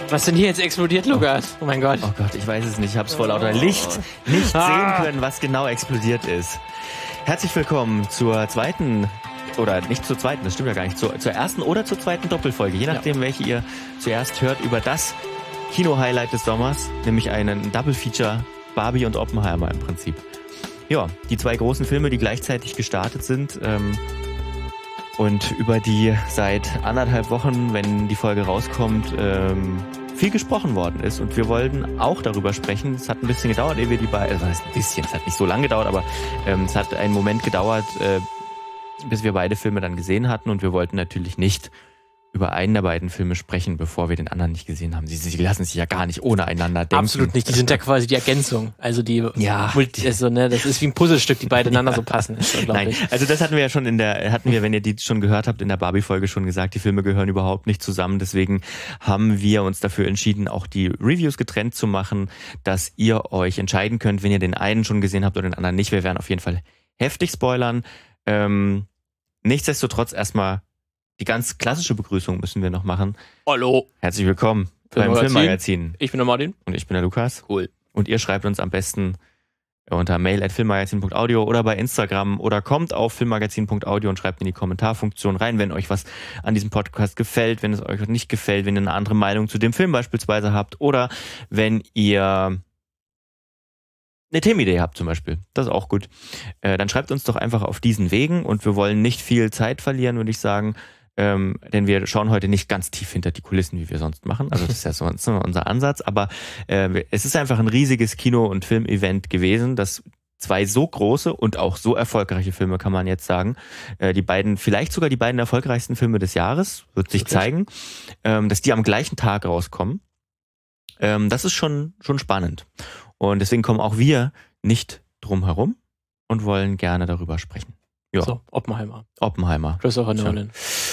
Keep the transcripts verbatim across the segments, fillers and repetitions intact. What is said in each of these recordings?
Was denn hier jetzt explodiert, Lukas? Oh mein Gott. Oh Gott, ich weiß es nicht. Ich habe es vor lauter Licht nicht Ah. sehen können, was genau explodiert ist. Herzlich willkommen zur zweiten, oder nicht zur zweiten, das stimmt ja gar nicht, zur, zur ersten oder zur zweiten Doppelfolge, je nachdem, ja. welche ihr zuerst hört, über das Kino-Highlight des Sommers, nämlich einen Double-Feature Barbie und Oppenheimer im Prinzip. Ja, die zwei großen Filme, die gleichzeitig gestartet sind, ähm, und über die seit anderthalb Wochen, wenn die Folge rauskommt, ähm, viel gesprochen worden ist. Und wir wollten auch darüber sprechen. Es hat ein bisschen gedauert, ehe wir die beiden, also das heißt ein bisschen, es hat nicht so lange gedauert, aber ähm, es hat einen Moment gedauert, äh, bis wir beide Filme dann gesehen hatten. Und wir wollten natürlich nicht über einen der beiden Filme sprechen, bevor wir den anderen nicht gesehen haben. Sie, sie lassen sich ja gar nicht ohne einander denken. Absolut nicht, die sind ja quasi die Ergänzung. Also die, ja. Multi, also, ne, das ist wie ein Puzzlestück, die beide ineinander ja. so passen. Ist Nein, also das hatten wir ja schon in der, hatten wir, wenn ihr die schon gehört habt, in der Barbie-Folge schon gesagt, die Filme gehören überhaupt nicht zusammen. Deswegen haben wir uns dafür entschieden, auch die Reviews getrennt zu machen, dass ihr euch entscheiden könnt, wenn ihr den einen schon gesehen habt oder den anderen nicht. Wir werden auf jeden Fall heftig spoilern. Ähm, nichtsdestotrotz erstmal die ganz klassische Begrüßung müssen wir noch machen. Hallo. Herzlich willkommen beim Filmmagazin. Ich bin der Martin. Und ich bin der Lukas. Cool. Und ihr schreibt uns am besten unter mail at filmmagazin punkt audio oder bei Instagram oder kommt auf filmmagazin punkt audio und schreibt in die Kommentarfunktion rein, wenn euch was an diesem Podcast gefällt, wenn es euch nicht gefällt, wenn ihr eine andere Meinung zu dem Film beispielsweise habt oder wenn ihr eine Themenidee habt zum Beispiel. Das ist auch gut. Äh, dann schreibt uns doch einfach auf diesen Wegen und wir wollen nicht viel Zeit verlieren, würde ich sagen. Ähm, denn wir schauen heute nicht ganz tief hinter die Kulissen, wie wir sonst machen. Also das ist ja so unser Ansatz. Aber äh, es ist einfach ein riesiges Kino- und Filmevent gewesen, das zwei so große und auch so erfolgreiche Filme, kann man jetzt sagen, äh, die beiden, vielleicht sogar die beiden erfolgreichsten Filme des Jahres, wird sich zeigen, ähm, dass die am gleichen Tag rauskommen. Ähm, das ist schon, schon spannend. Und deswegen kommen auch wir nicht drum herum und wollen gerne darüber sprechen. Ja. So, Oppenheimer. Oppenheimer. Christopher Nolan.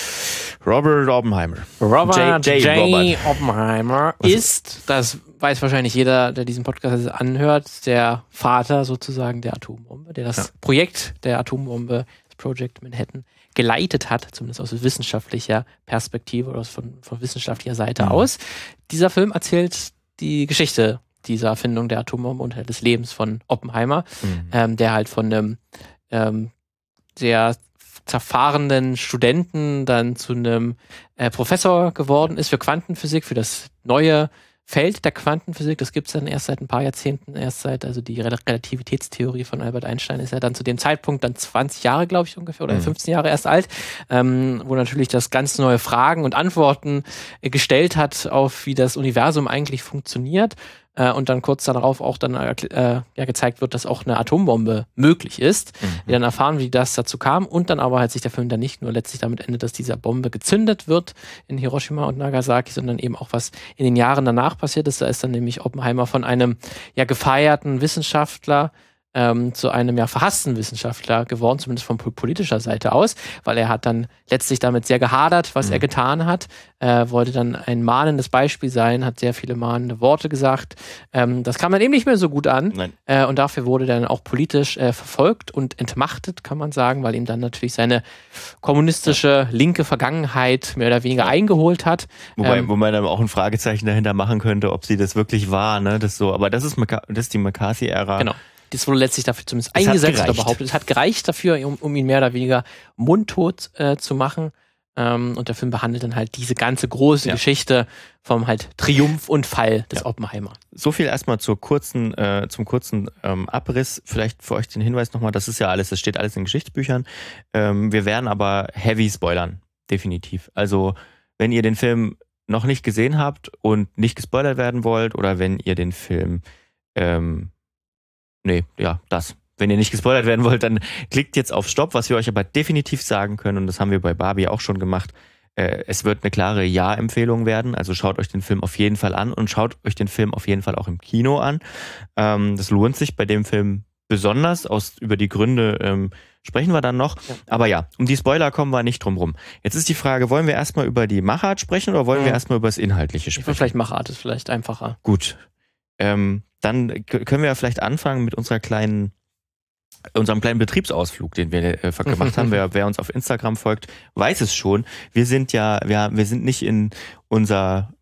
Robert Oppenheimer. Robert J. J. Robert. Oppenheimer ist, das weiß wahrscheinlich jeder, der diesen Podcast anhört, der Vater sozusagen der Atombombe, der das ja. Projekt der Atombombe, das Project Manhattan, geleitet hat, zumindest aus wissenschaftlicher Perspektive oder von, von wissenschaftlicher Seite mhm. aus. Dieser Film erzählt die Geschichte dieser Erfindung der Atombombe und des Lebens von Oppenheimer, mhm. ähm, der halt von einem ähm, sehr zerfahrenen Studenten dann zu einem äh, Professor geworden ist für Quantenphysik, für das neue Feld der Quantenphysik. Das gibt es dann erst seit ein paar Jahrzehnten, erst seit, also die Relativitätstheorie von Albert Einstein ist ja dann zu dem Zeitpunkt dann zwanzig Jahre, glaube ich, ungefähr, oder mhm. fünfzehn Jahre erst alt, ähm, wo natürlich das ganz neue Fragen und Antworten äh, gestellt hat auf, wie das Universum eigentlich funktioniert. Äh, und dann kurz darauf auch dann äh, ja, gezeigt wird, dass auch eine Atombombe möglich ist. Mhm. Wir dann erfahren, wie das dazu kam und dann aber halt sich der Film dann nicht nur letztlich damit endet, dass diese Bombe gezündet wird in Hiroshima und Nagasaki, sondern eben auch was in den Jahren danach passiert ist. Da ist dann nämlich Oppenheimer von einem ja gefeierten Wissenschaftler ähm, zu einem ja verhassten Wissenschaftler geworden, zumindest von politischer Seite aus, weil er hat dann letztlich damit sehr gehadert, was mhm. er getan hat, äh, wollte dann ein mahnendes Beispiel sein, hat sehr viele mahnende Worte gesagt. Ähm, das kam dann eben nicht mehr so gut an äh, und dafür wurde dann auch politisch äh, verfolgt und entmachtet, kann man sagen, weil ihm dann natürlich seine kommunistische linke Vergangenheit mehr oder weniger ja. eingeholt hat. Wobei, ähm, wo man dann auch ein Fragezeichen dahinter machen könnte, ob sie das wirklich war, ne? Das so, aber das ist, Mc- das ist die McCarthy-Ära. Genau. Das wurde letztlich dafür zumindest es eingesetzt oder behauptet. Es hat gereicht dafür, um, um ihn mehr oder weniger mundtot äh, zu machen. Ähm, und der Film behandelt dann halt diese ganze große ja. Geschichte vom halt Triumph und Fall des ja. Oppenheimer. So viel erstmal zur kurzen, äh, zum kurzen ähm, Abriss. Vielleicht für euch den Hinweis nochmal, das ist ja alles, das steht alles in Geschichtsbüchern. Ähm, wir werden aber heavy spoilern, definitiv. Also wenn ihr den Film noch nicht gesehen habt und nicht gespoilert werden wollt oder wenn ihr den Film ähm, Nee, ja, das. Wenn ihr nicht gespoilert werden wollt, dann klickt jetzt auf Stopp, was wir euch aber definitiv sagen können, und das haben wir bei Barbie auch schon gemacht, äh, es wird eine klare Ja-Empfehlung werden, also schaut euch den Film auf jeden Fall an und schaut euch den Film auf jeden Fall auch im Kino an. Ähm, das lohnt sich bei dem Film besonders, aus über die Gründe ähm, sprechen wir dann noch. Ja. Aber ja, um die Spoiler kommen wir nicht drum rum. Jetzt ist die Frage, wollen wir erstmal über die Machart sprechen oder wollen mhm. wir erstmal über das Inhaltliche sprechen? Ich vielleicht Machart ist vielleicht einfacher. Gut. Ähm, dann können wir ja vielleicht anfangen mit unserer kleinen, unserem kleinen Betriebsausflug, den wir äh, gemacht haben. Wer, wer uns auf Instagram folgt, weiß es schon. Wir sind ja, wir, wir sind nicht in unser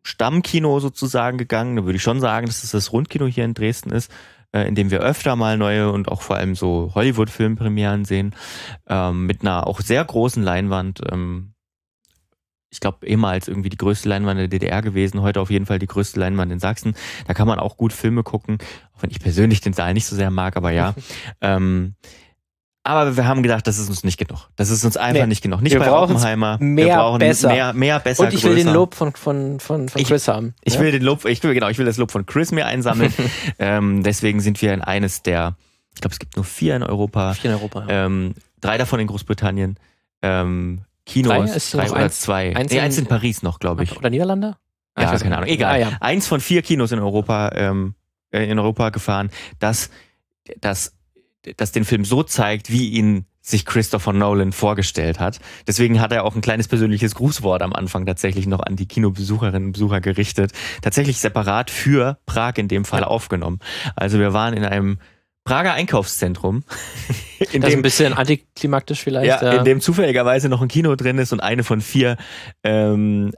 Stammkino sozusagen gegangen. Da würde ich schon sagen, dass es das Rundkino hier in Dresden ist, in dem wir öfter mal neue und auch vor allem so Hollywood-Filmpremieren sehen, ähm, mit einer auch sehr großen Leinwand. Ähm, ich glaube, ehemals irgendwie die größte Leinwand der D D R gewesen, heute auf jeden Fall die größte Leinwand in Sachsen. Da kann man auch gut Filme gucken, auch wenn ich persönlich den Saal nicht so sehr mag, aber ja. ähm, aber wir haben gedacht, das ist uns nicht genug. Das ist uns einfach nee, nicht genug. Nicht bei Oppenheimer. Mehr, wir brauchen besser. Mehr, mehr, besser, Und ich will größer. den Lob von, von, von, von Chris ich, haben. Ich ja? will den Lob, ich will, genau, ich will das Lob von Chris mir einsammeln. ähm, deswegen sind wir in eines der, ich glaube, es gibt nur vier in Europa. Vier in Europa, ja. ähm, Drei davon in Großbritannien. Ähm, Kinos, drei, ist drei noch oder eins, zwei. Eins, nee, in, eins in Paris noch, glaube ich. Oder Niederlande? Ah, ja, keine Ahnung. Egal. Ah, ja. Eins von vier Kinos in Europa, ähm, in Europa gefahren, das, das, das den Film so zeigt, wie ihn sich Christopher Nolan vorgestellt hat. Deswegen hat er auch ein kleines persönliches Grußwort am Anfang tatsächlich noch an die Kinobesucherinnen und Besucher gerichtet. Tatsächlich separat für Prag in dem Fall ja. aufgenommen. Also wir waren in einem Prager Einkaufszentrum. In das dem, ist ein bisschen antiklimaktisch vielleicht. Ja, ja, in dem zufälligerweise noch ein Kino drin ist und eine von vier ähm,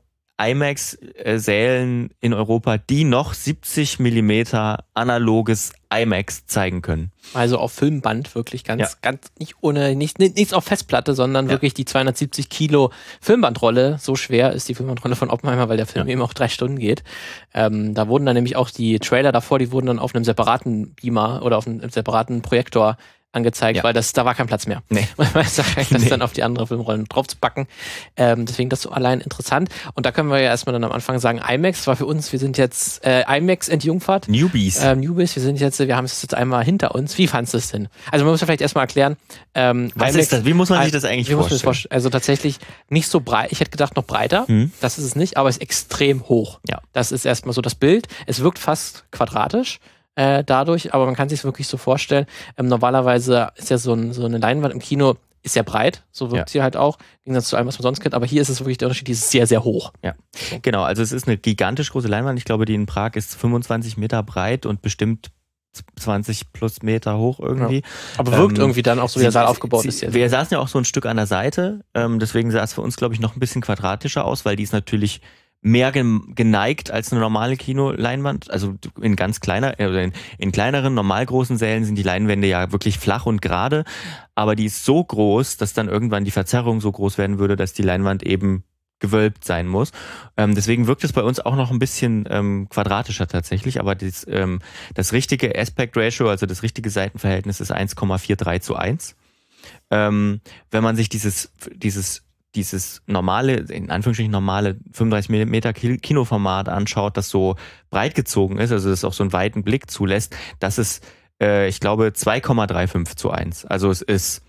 IMAX-Sälen in Europa, die noch siebzig Millimeter analoges IMAX zeigen können. Also auf Filmband wirklich ganz, ja. ganz nicht ohne, nicht, nichts auf Festplatte, sondern ja. wirklich die zweihundertsiebzig Kilo Filmbandrolle. So schwer ist die Filmbandrolle von Oppenheimer, weil der Film ja. eben auch drei Stunden geht. Ähm, da wurden dann nämlich auch die Trailer davor, die wurden dann auf einem separaten Beamer oder auf einem separaten Projektor angezeigt, ja. weil das, da war kein Platz mehr. Nee. Man weiß das nee. dann auf die anderen Filmrollen drauf zu packen. Ähm, deswegen das so allein interessant. Und da können wir ja erstmal dann am Anfang sagen, IMAX war für uns, wir sind jetzt äh, IMAX Entjungfert. Newbies. Ähm, Newbies, wir sind jetzt, wir haben es jetzt einmal hinter uns. Wie fandest du es denn? Also man muss ja vielleicht erstmal erklären, ähm, was IMAX, ist das? Wie muss man sich das eigentlich vorstellen? vorstellen? Also tatsächlich nicht so breit, ich hätte gedacht noch breiter, hm. das ist es nicht, aber es ist extrem hoch. Ja. Das ist erstmal so das Bild. Es wirkt fast quadratisch. Äh, dadurch, aber man kann sich es wirklich so vorstellen. Ähm, normalerweise ist ja so, ein, so eine Leinwand im Kino ist sehr breit, so wirkt ja. sie halt auch, im Gegensatz zu allem, was man sonst kennt, aber hier ist es wirklich der Unterschied, die ist sehr, sehr hoch. Ja, genau, also es ist eine gigantisch große Leinwand, ich glaube, die in Prag ist fünfundzwanzig Meter breit und bestimmt zwanzig plus Meter hoch irgendwie. Ja. Aber wirkt ähm, irgendwie dann auch so, wie der Saal aufgebaut sie, ist jetzt. Wir saßen ja auch so ein Stück an der Seite, ähm, deswegen sah es für uns, glaube ich, noch ein bisschen quadratischer aus, weil die ist natürlich mehr geneigt als eine normale Kinoleinwand. Also in ganz kleiner, oder in, in kleineren, normal großen Sälen sind die Leinwände ja wirklich flach und gerade, aber die ist so groß, dass dann irgendwann die Verzerrung so groß werden würde, dass die Leinwand eben gewölbt sein muss. Ähm, deswegen wirkt es bei uns auch noch ein bisschen ähm, quadratischer tatsächlich, aber das, ähm, das richtige Aspect Ratio, also das richtige Seitenverhältnis ist eins Komma dreiundvierzig zu eins. Ähm, wenn man sich dieses, dieses dieses normale, in Anführungsstrichen normale fünfunddreißig Millimeter Kinoformat anschaut, das so breit gezogen ist, also das auch so einen weiten Blick zulässt, das ist, äh, ich glaube, zwei Komma fünfunddreißig zu eins. Also es ist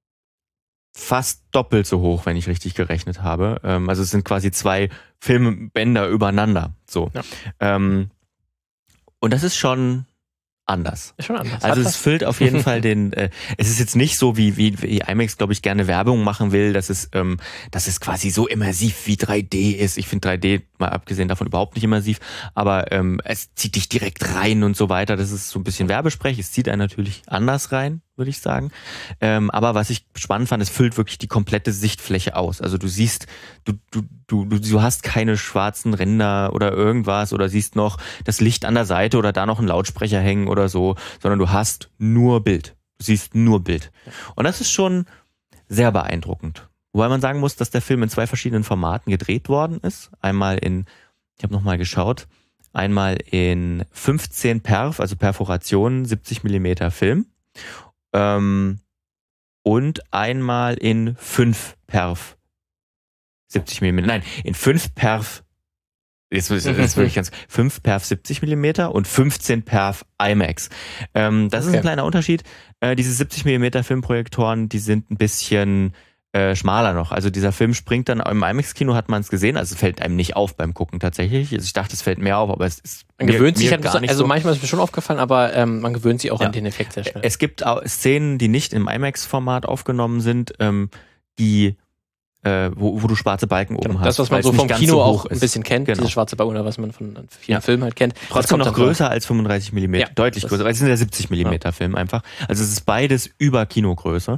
fast doppelt so hoch, wenn ich richtig gerechnet habe. Ähm, also es sind quasi zwei Filmbänder übereinander. So. Ja. Ähm, und das ist schon anders. Ist schon anders. Also es füllt auf jeden Fall den, äh, es ist jetzt nicht so, wie, wie, wie IMAX, glaube ich, gerne Werbung machen will, dass es, ähm, dass es quasi so immersiv wie drei D ist. Ich finde drei D, mal abgesehen davon, überhaupt nicht immersiv, aber ähm, es zieht dich direkt rein und so weiter. Das ist so ein bisschen Werbesprech. Es zieht einen natürlich anders rein, würde ich sagen. Ähm, aber was ich spannend fand, es füllt wirklich die komplette Sichtfläche aus. Also du siehst, du, du, du, du hast keine schwarzen Ränder oder irgendwas oder siehst noch das Licht an der Seite oder da noch einen Lautsprecher hängen oder so, sondern du hast nur Bild. Du siehst nur Bild. Und das ist schon sehr beeindruckend. Wobei man sagen muss, dass der Film in zwei verschiedenen Formaten gedreht worden ist. Einmal in, ich habe nochmal geschaut, einmal in fünfzehn Perf, also Perforation, siebzig Millimeter Film. Ähm, und einmal in fünf Perf siebzig Millimeter, nein, in fünf Perf, jetzt ist es wirklich ganz, fünf Perf siebzig Millimeter und fünfzehn Perf IMAX. Ähm, das okay. ist ein kleiner Unterschied. Äh, diese siebzig Millimeter Filmprojektoren, die sind ein bisschen äh, schmaler noch. Also dieser Film springt dann, im IMAX-Kino hat man es gesehen, also es fällt einem nicht auf beim Gucken tatsächlich. Also ich dachte, es fällt mehr auf, aber es ist man gewöhnt mir, sich mir gar nicht also so. Manchmal ist mir schon aufgefallen, aber ähm, man gewöhnt sich auch ja. an den Effekt sehr schnell. Es gibt auch Szenen, die nicht im IMAX-Format aufgenommen sind, ähm, die äh, wo, wo du schwarze Balken oben genau, hast. Das, was man so vom Kino so auch ein ist. bisschen kennt, genau. diese schwarze Balken oder was man von vielen ja. Filmen halt kennt. Trotzdem noch größer als fünfunddreißig Millimeter, ja, deutlich größer, weil es sind ja siebzig Millimeter ja. Film einfach. Also es ist beides über Kinogröße.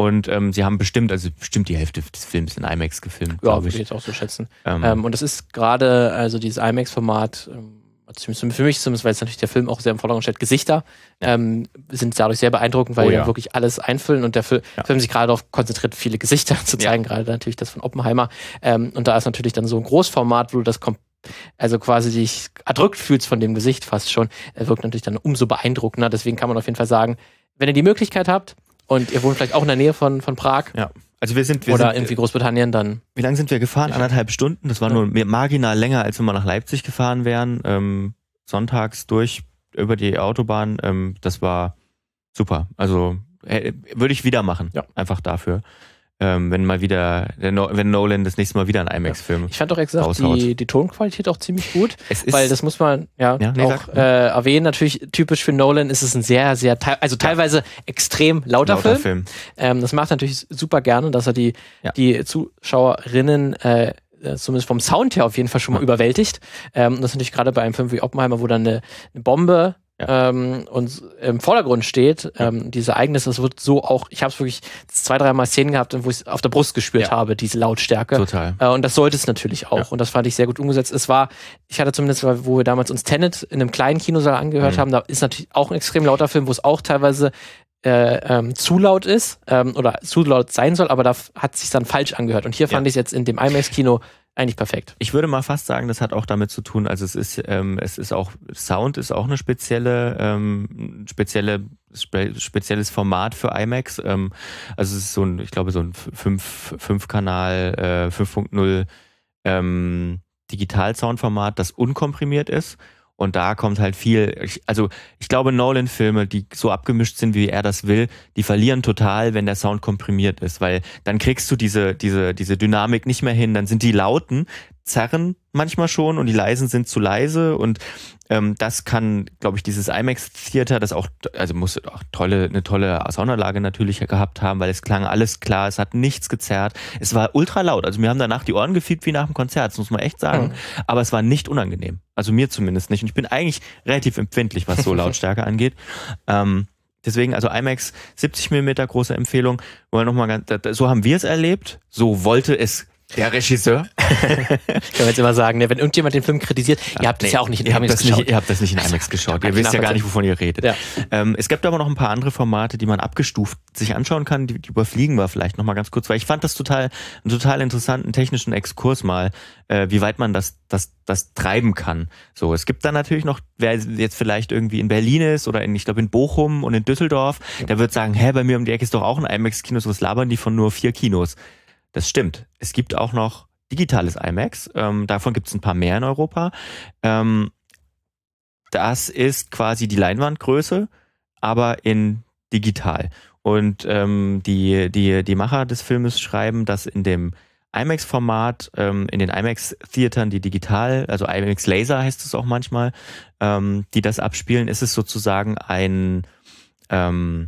Und ähm, sie haben bestimmt, also bestimmt die Hälfte des Films in IMAX gefilmt. Ja, würde ich jetzt auch so schätzen. Ähm. Ähm, und das ist gerade, also dieses IMAX-Format, ähm, für mich zumindest, weil es natürlich der Film auch sehr im Vordergrund steht, Gesichter ja. ähm, sind dadurch sehr beeindruckend, weil oh, die ja. wirklich alles einfüllen und der Film, ja. Film sich gerade darauf konzentriert, viele Gesichter zu zeigen, ja. gerade natürlich das von Oppenheimer. Ähm, und da ist natürlich dann so ein Großformat, wo du das kommt, also quasi dich erdrückt fühlst von dem Gesicht fast schon, er wirkt natürlich dann umso beeindruckender. Deswegen kann man auf jeden Fall sagen, wenn ihr die Möglichkeit habt und ihr wohnt vielleicht auch in der Nähe von, von Prag, ja. Also wir sind, wir oder sind, irgendwie Großbritannien, dann. Wie lange sind wir gefahren? Anderthalb Stunden. Das war ja. nur marginal länger, als wenn wir nach Leipzig gefahren wären. Ähm, sonntags durch über die Autobahn. Ähm, das war super. Also äh, würde ich wieder machen. Ja. Einfach dafür. Ähm, wenn mal wieder, wenn Nolan das nächste Mal wieder einen IMAX-Film. Ich fand doch exakt die, die Tonqualität auch ziemlich gut, es ist, weil das muss man ja, ja nee, auch äh, erwähnen. Natürlich typisch für Nolan ist es ein sehr, sehr, also teilweise ja. extrem lauter, lauter Film. Film. Ähm, das macht er natürlich super gerne, dass er die, ja. die Zuschauerinnen äh, zumindest vom Sound her auf jeden Fall schon mal ja. überwältigt. Ähm, das ist natürlich gerade bei einem Film wie Oppenheimer, wo dann eine, eine Bombe Ja. Ähm, und im Vordergrund steht, ähm, diese Ereignisse, das wird so auch, ich habe es wirklich zwei, dreimal Szenen gehabt, wo ich es auf der Brust gespürt ja. habe, diese Lautstärke. Total. Äh, und das sollte es natürlich auch. Ja. Und das fand ich sehr gut umgesetzt. Es war, ich hatte zumindest, wo wir damals uns Tenet in einem kleinen Kinosaal angehört mhm. haben, da ist natürlich auch ein extrem lauter Film, wo es auch teilweise äh, ähm, zu laut ist ähm, oder zu laut sein soll, aber da hat es sich dann falsch angehört. Und hier fand ja. ich es jetzt in dem IMAX-Kino eigentlich perfekt. Ich würde mal fast sagen, das hat auch damit zu tun, also es ist, ähm, es ist auch, Sound ist auch eine spezielle, ähm, spezielle, spe, spezielles Format für IMAX. Ähm, also es ist so ein, ich glaube, so ein fünf Kanal, äh, fünf Punkt null ähm, Digital-Soundformat, das unkomprimiert ist. Und da kommt halt viel, ich, also ich glaube, Nolan-Filme, die so abgemischt sind, wie er das will, die verlieren total, wenn der Sound komprimiert ist, weil dann kriegst du diese, diese, diese Dynamik nicht mehr hin, dann sind die Lauten, zerren manchmal schon und die Leisen sind zu leise und ähm, das kann, glaube ich, dieses IMAX-Theater, das auch, also muss auch tolle, eine tolle Soundanlage natürlich gehabt haben, weil es klang alles klar, es hat nichts gezerrt, es war ultra laut, also mir haben danach die Ohren gefiebt wie nach dem Konzert, das muss man echt sagen, mhm. aber es war nicht unangenehm, also mir zumindest nicht und ich bin eigentlich relativ empfindlich, was so Lautstärke angeht. Ähm, Deswegen, also IMAX siebzig Millimeter, große Empfehlung. Wollen noch mal ganz, so haben wir es erlebt, so wollte es der Regisseur. Können wir jetzt immer sagen, ne, wenn irgendjemand den Film kritisiert, ihr habt nee, das ja auch nicht in ihr IMAX habt geschaut. Nicht, ihr habt das nicht in IMAX geschaut. Ihr wisst ja gar nicht, wovon ihr redet. Ja. Ähm, es gibt aber noch ein paar andere Formate, die man abgestuft sich anschauen kann. Die, die überfliegen wir vielleicht noch mal ganz kurz, weil ich fand das total, einen total interessanten technischen Exkurs mal, äh, wie weit man das, das, das treiben kann. So, es gibt dann natürlich noch, wer jetzt vielleicht irgendwie in Berlin ist oder in, ich glaube in Bochum und in Düsseldorf, der wird sagen, hä, bei mir um die Ecke ist doch auch ein IMAX-Kino, so was labern die von nur vier Kinos. Das stimmt. Es gibt auch noch digitales IMAX. Ähm, davon gibt es ein paar mehr in Europa. Ähm, das ist quasi die Leinwandgröße, aber in digital. Und ähm, die, die, die Macher des Filmes schreiben, dass in dem IMAX-Format, ähm, in den IMAX-Theatern, die digital, also IMAX Laser heißt es auch manchmal, ähm, die das abspielen, ist es sozusagen ein ähm,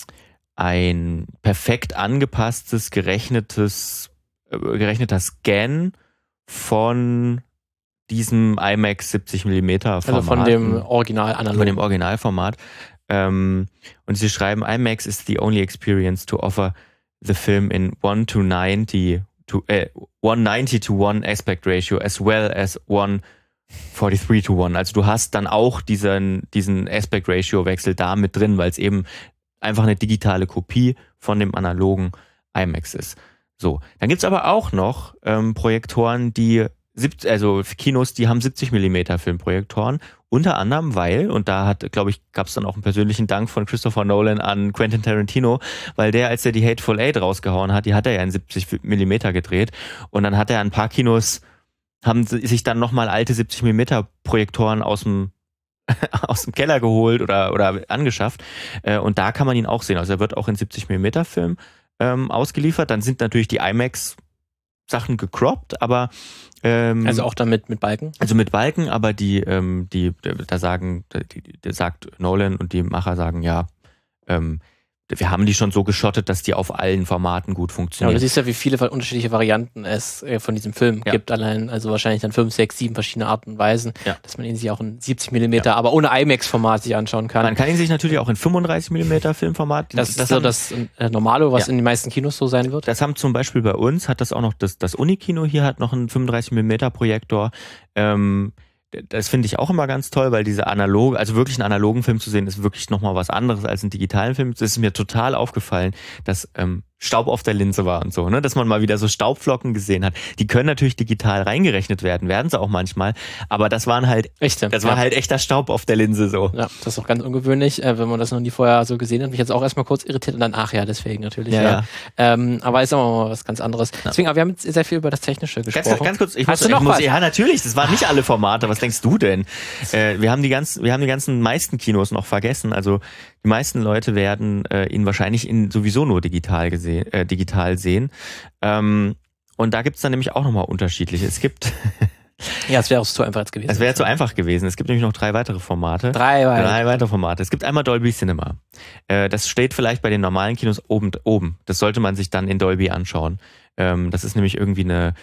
ein perfekt angepasstes, gerechnetes, äh, gerechneter Scan von diesem IMAX siebzig Millimeter Format. Also von dem Original-Analog. Von dem Originalformat. Ähm, und sie schreiben, IMAX is the only experience to offer the film in one to ninety to, äh, one ninety to one aspect ratio as well as one forty-three to one. Also du hast dann auch diesen, diesen Aspect Ratio Wechsel da mit drin, weil es eben einfach eine digitale Kopie von dem analogen IMAX ist. So, dann gibt's aber auch noch ähm, Projektoren, die, siebzig, also Kinos, die haben siebzig Millimeter Filmprojektoren, unter anderem, weil, und da hat, glaube ich, gab's dann auch einen persönlichen Dank von Christopher Nolan an Quentin Tarantino, weil der, als er die Hateful Eight rausgehauen hat, die hat er ja in siebzig Millimeter gedreht und dann hat er ein paar Kinos, haben sich dann nochmal alte siebzig Millimeter Projektoren aus dem aus dem Keller geholt oder, oder angeschafft. Äh, und da kann man ihn auch sehen. Also er wird auch in siebzig Millimeter Film ähm, ausgeliefert. Dann sind natürlich die IMAX-Sachen gecroppt, aber ähm, also auch damit mit Balken? Also mit Balken, aber die, ähm, die, da sagen, die, die sagt Nolan und die Macher sagen, ja, ähm, wir haben die schon so geschottet, dass die auf allen Formaten gut funktionieren. Ja, du siehst ja, wie viele unterschiedliche Varianten es äh, von diesem Film ja. gibt. Allein, also wahrscheinlich dann fünf, sechs, sieben verschiedene Arten und Weisen, ja. dass man ihn sich auch in siebzig Millimeter, ja. aber ohne IMAX-Format sich anschauen kann. Man kann ihn sich natürlich auch in fünfunddreißig Millimeter Filmformat. Das, das ist so haben, das äh, Normale, was ja. in den meisten Kinos so sein wird. Das haben zum Beispiel bei uns, hat das auch noch, das, das Unikino hier hat noch einen fünfunddreißig Millimeter Projektor. Ähm, Das finde ich auch immer ganz toll, weil diese analoge, also wirklich einen analogen Film zu sehen, ist wirklich nochmal was anderes als einen digitalen Film. Es ist mir total aufgefallen, dass ähm, Staub auf der Linse war und so, ne, dass man mal wieder so Staubflocken gesehen hat. Die können natürlich digital reingerechnet werden, werden sie auch manchmal, aber das waren halt, Echte, das ja. war halt echter Staub auf der Linse so. Ja, das ist auch ganz ungewöhnlich, äh, wenn man das noch nie vorher so gesehen hat. Mich jetzt auch erstmal kurz irritiert und dann, ach ja, deswegen natürlich. Ja, ja. ja. Ähm, aber ist auch mal was ganz anderes. Ja. Deswegen, aber wir haben jetzt sehr viel über das Technische gesprochen. Ganz, ganz kurz, ich Hast muss, du noch ich muss was? ja natürlich, das waren nicht alle Formate. Was denkst du denn? Äh, wir haben die ganzen, wir haben die ganzen meisten Kinos noch vergessen. Also die meisten Leute werden äh, ihn wahrscheinlich in sowieso nur digital gesehen, äh, digital sehen. Ähm, und da gibt's dann nämlich auch nochmal unterschiedliche. Es gibt ja, es wäre auch zu einfach jetzt gewesen. Es wäre zu einfach gewesen. Es gibt nämlich noch drei weitere Formate. Drei weitere. Drei weitere Formate. Es gibt einmal Dolby Cinema. Äh, das steht vielleicht bei den normalen Kinos oben, oben. Das sollte man sich dann in Dolby anschauen. Ähm, das ist nämlich irgendwie eine,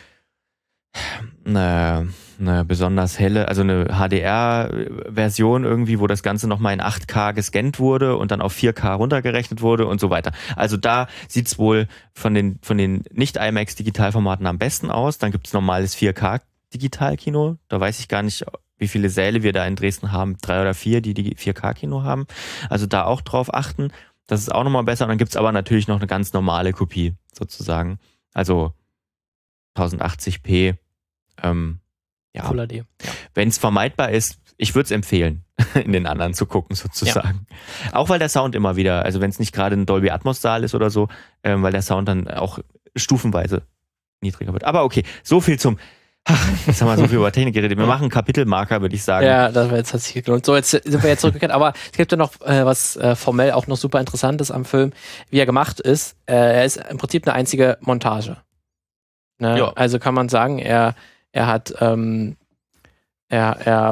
eine, eine besonders helle, also eine H D R-Version irgendwie, wo das Ganze nochmal in acht K gescannt wurde und dann auf vier K runtergerechnet wurde und so weiter. Also da sieht's wohl von den, von den Nicht-IMAX-Digitalformaten am besten aus. Dann gibt's normales vier K Digitalkino. Da weiß ich gar nicht, wie viele Säle wir da in Dresden haben. Drei oder vier, die die vier K Kino haben. Also da auch drauf achten. Das ist auch nochmal besser. Und dann gibt's aber natürlich noch eine ganz normale Kopie sozusagen. Also tausendachtzig p. Ähm, ja. Full H D. Ja. Wenn es vermeidbar ist, ich würde es empfehlen, in den anderen zu gucken sozusagen. Ja. Auch weil der Sound immer wieder, also wenn es nicht gerade ein Dolby Atmos Saal ist oder so, ähm, weil der Sound dann auch stufenweise niedriger wird. Aber okay, so viel zum Ach, jetzt haben wir so viel über Technik geredet. Wir machen einen Kapitelmarker, würde ich sagen. Ja, das war jetzt, hat sich gelohnt. So, jetzt sind wir jetzt zurückgekehrt. Aber es gibt ja noch äh, was äh, formell auch noch super Interessantes am Film, wie er gemacht ist. Äh, er ist im Prinzip eine einzige Montage. Ne? Ja. Also kann man sagen, er, er hat, ähm, er, er,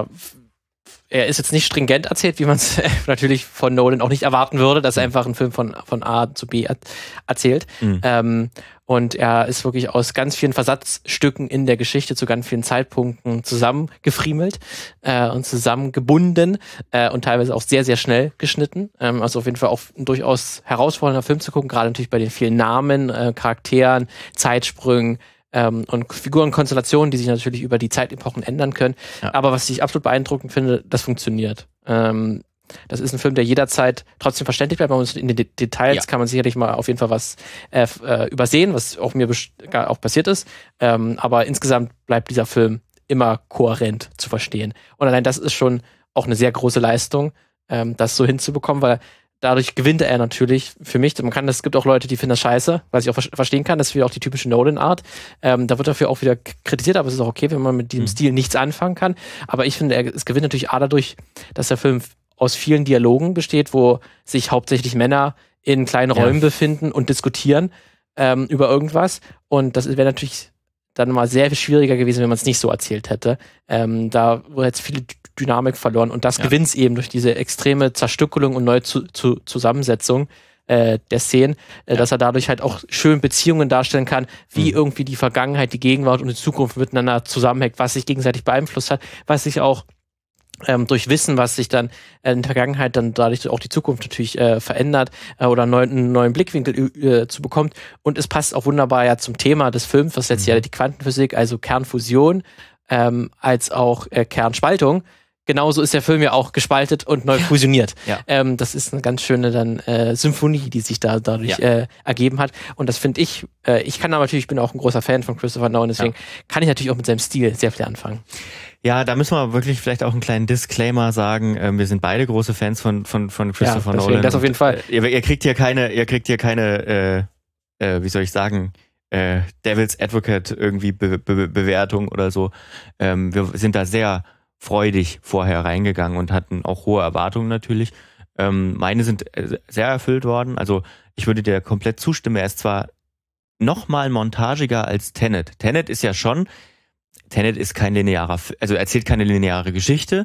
er ist jetzt nicht stringent erzählt, wie man es natürlich von Nolan auch nicht erwarten würde, dass er einfach einen Film von, von A zu B erzählt. Mhm. Ähm, Und er ist wirklich aus ganz vielen Versatzstücken in der Geschichte zu ganz vielen Zeitpunkten zusammengefriemelt äh, und zusammengebunden äh, und teilweise auch sehr, sehr schnell geschnitten. Ähm, also auf jeden Fall auch ein durchaus herausfordernder Film zu gucken, gerade natürlich bei den vielen Namen, äh, Charakteren, Zeitsprüngen ähm, und Figurenkonstellationen, die sich natürlich über die Zeitepochen ändern können. Ja. Aber was ich absolut beeindruckend finde, das funktioniert. Ähm, Das ist ein Film, der jederzeit trotzdem verständlich bleibt. In den Details ja. kann man sicherlich mal auf jeden Fall was äh, übersehen, was auch mir auch passiert ist. Ähm, aber insgesamt bleibt dieser Film immer kohärent zu verstehen. Und allein das ist schon auch eine sehr große Leistung, ähm, das so hinzubekommen, weil dadurch gewinnt er natürlich für mich. Man kann, es gibt auch Leute, die finden das scheiße, was ich auch verstehen kann. Das ist wieder auch die typische Nolan-Art. Ähm, da wird dafür auch wieder kritisiert, aber es ist auch okay, wenn man mit diesem mhm. Stil nichts anfangen kann. Aber ich finde, es gewinnt natürlich A dadurch, dass der Film aus vielen Dialogen besteht, wo sich hauptsächlich Männer in kleinen ja. Räumen befinden und diskutieren ähm, über irgendwas. Und das wäre natürlich dann mal sehr viel schwieriger gewesen, wenn man es nicht so erzählt hätte. Ähm, da wurde jetzt viel Dynamik verloren. Und das ja. gewinnt es eben durch diese extreme Zerstückelung und neue zu, zu, Zusammensetzung äh, der Szenen, äh, ja. dass er dadurch halt auch schön Beziehungen darstellen kann, wie mhm. irgendwie die Vergangenheit, die Gegenwart und die Zukunft miteinander zusammenhängt, was sich gegenseitig beeinflusst hat, was sich auch Ähm, durch Wissen, was sich dann äh, in der Vergangenheit dann dadurch auch die Zukunft natürlich äh, verändert äh, oder einen neuen, einen neuen Blickwinkel äh, zu bekommt. Und es passt auch wunderbar ja zum Thema des Films, was jetzt mhm. ja die Quantenphysik, also Kernfusion, ähm, als auch äh, Kernspaltung. Genauso ist der Film ja auch gespaltet und neu fusioniert. Ja. Ähm, das ist eine ganz schöne dann äh, Symphonie, die sich da dadurch ja. äh, ergeben hat. Und das finde ich, äh, ich kann aber natürlich, ich bin auch ein großer Fan von Christopher Nolan, deswegen ja. kann ich natürlich auch mit seinem Stil sehr viel anfangen. Ja, da müssen wir wirklich vielleicht auch einen kleinen Disclaimer sagen. Ähm, wir sind beide große Fans von von von Christopher ja, Nolan. Das auf jeden Fall. Ihr, ihr kriegt hier keine, ihr kriegt hier keine, äh, äh, wie soll ich sagen, äh, Devil's Advocate irgendwie Be- Be- Bewertung oder so. Ähm, wir sind da sehr freudig vorher reingegangen und hatten auch hohe Erwartungen natürlich. Ähm, meine sind sehr erfüllt worden. Also ich würde dir komplett zustimmen. Er ist zwar noch mal montagiger als Tenet. Tenet ist ja schon Tenet ist kein linearer, also erzählt keine lineare Geschichte,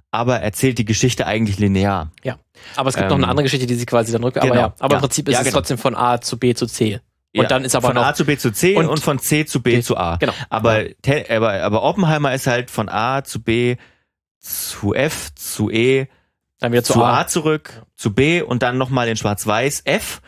aber erzählt die Geschichte eigentlich linear. Ja, aber es gibt Ähm, noch eine andere Geschichte, die sie quasi dann rück, aber genau, ja, aber ja. im Prinzip ist Ja, es genau. trotzdem von A zu B zu C. Und Ja, dann ist aber von noch A zu B zu C und, und von C zu B B, zu A. genau. Aber, te- aber, aber Oppenheimer ist halt von A zu B zu F zu E dann wieder zu, zu A. A zurück, ja. zu B und dann nochmal in Schwarz-Weiß F.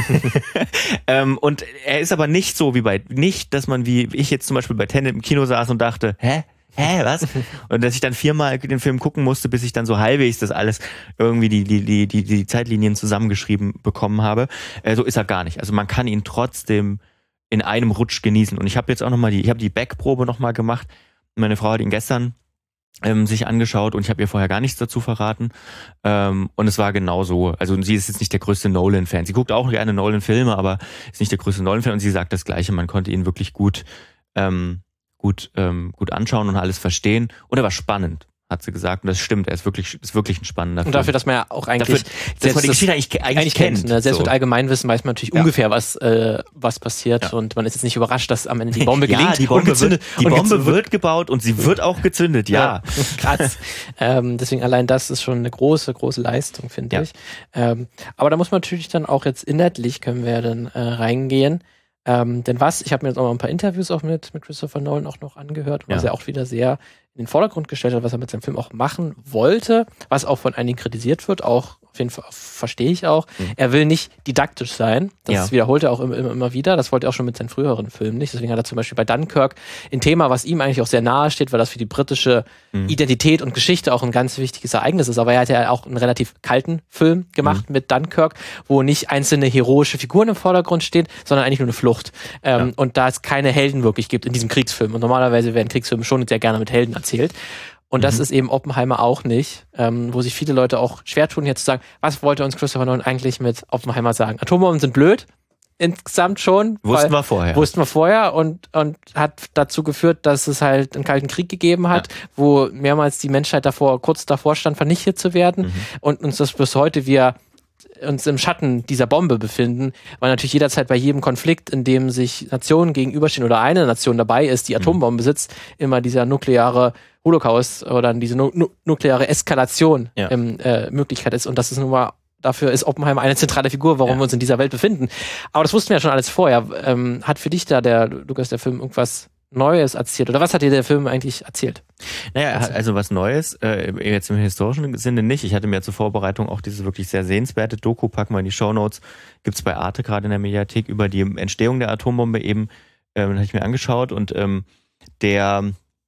ähm, und er ist aber nicht so wie bei, nicht, dass man wie ich jetzt zum Beispiel bei Tenet im Kino saß und dachte, hä? Hä, was? Und dass ich dann viermal den Film gucken musste, bis ich dann so halbwegs das alles irgendwie die, die, die, die, die Zeitlinien zusammengeschrieben bekommen habe. Äh, so ist er gar nicht. Also man kann ihn trotzdem in einem Rutsch genießen. Und ich habe jetzt auch nochmal die, ich habe die Backprobe nochmal gemacht. Meine Frau hat ihn gestern ähm, sich angeschaut und ich habe ihr vorher gar nichts dazu verraten. Ähm, und es war genau so. Also sie ist jetzt nicht der größte Nolan-Fan. Sie guckt auch gerne Nolan-Filme, aber ist nicht der größte Nolan-Fan. Und sie sagt das Gleiche. Man konnte ihn wirklich gut ähm, gut ähm, gut anschauen und alles verstehen. Und er war spannend, hat sie gesagt. Und das stimmt, er ist wirklich, ist wirklich ein spannender Film. Und dafür, dass man ja auch eigentlich dafür, dass man die Geschichte eigentlich, eigentlich, eigentlich kennt. kennt. Ne? Selbst so. mit Allgemeinwissen weiß man natürlich ja. ungefähr, was äh, was passiert. Ja. Und man ist jetzt nicht überrascht, dass am Ende die Bombe gelingt. Ja, die Bombe, und gezündet, wird, die und Bombe gezündet. wird gebaut und sie wird auch gezündet, ja. ja. Krass. ähm, deswegen allein das ist schon eine große, große Leistung, finde ja. ich. Ähm, aber da muss man natürlich dann auch jetzt inhaltlich, können wir dann äh, reingehen. Ähm, denn was, ich habe mir jetzt auch mal ein paar Interviews auch mit, mit Christopher Nolan auch noch angehört, was ja. er auch wieder sehr in den Vordergrund gestellt hat, was er mit seinem Film auch machen wollte, was auch von einigen kritisiert wird, auch auf jeden Fall verstehe ich auch. Mhm. Er will nicht didaktisch sein, das ja. wiederholt er auch immer, immer, immer wieder, das wollte er auch schon mit seinen früheren Filmen nicht, deswegen hat er zum Beispiel bei Dunkirk ein Thema, was ihm eigentlich auch sehr nahe steht, weil das für die britische mhm. Identität und Geschichte auch ein ganz wichtiges Ereignis ist, aber er hat ja auch einen relativ kalten Film gemacht mhm. mit Dunkirk, wo nicht einzelne heroische Figuren im Vordergrund stehen, sondern eigentlich nur eine Flucht. Ähm, ja. Und da es keine Helden wirklich gibt in diesem Kriegsfilm. Und normalerweise werden Kriegsfilme schon sehr gerne mit Helden erzählt. Und das mhm. ist eben Oppenheimer auch nicht, ähm, wo sich viele Leute auch schwer tun, jetzt zu sagen, was wollte uns Christopher Nolan eigentlich mit Oppenheimer sagen? Atombomben sind blöd, insgesamt schon. Wussten wir vorher. Wussten wir vorher und, und hat dazu geführt, dass es halt einen Kalten Krieg gegeben hat, ja. wo mehrmals die Menschheit davor, kurz davor stand, vernichtet zu werden mhm. und uns das bis heute wir uns im Schatten dieser Bombe befinden, weil natürlich jederzeit bei jedem Konflikt, in dem sich Nationen gegenüberstehen oder eine Nation dabei ist, die Atombomben besitzt, immer dieser nukleare Holocaust oder diese nu- nu- nukleare Eskalation ja. ähm, äh, Möglichkeit ist. Und das ist nun mal, dafür ist Oppenheimer eine zentrale Figur, warum ja. wir uns in dieser Welt befinden. Aber das wussten wir ja schon alles vorher. Ähm, hat für dich da der, Lukas, der Film irgendwas Neues erzählt? Oder was hat dir der Film eigentlich erzählt? Naja, also was Neues, äh, jetzt im historischen Sinne nicht. Ich hatte mir zur Vorbereitung auch diese wirklich sehr sehenswerte Doku, packen wir in die Shownotes, gibt's bei Arte gerade in der Mediathek, über die Entstehung der Atombombe eben, ähm, habe ich mir angeschaut und ähm, der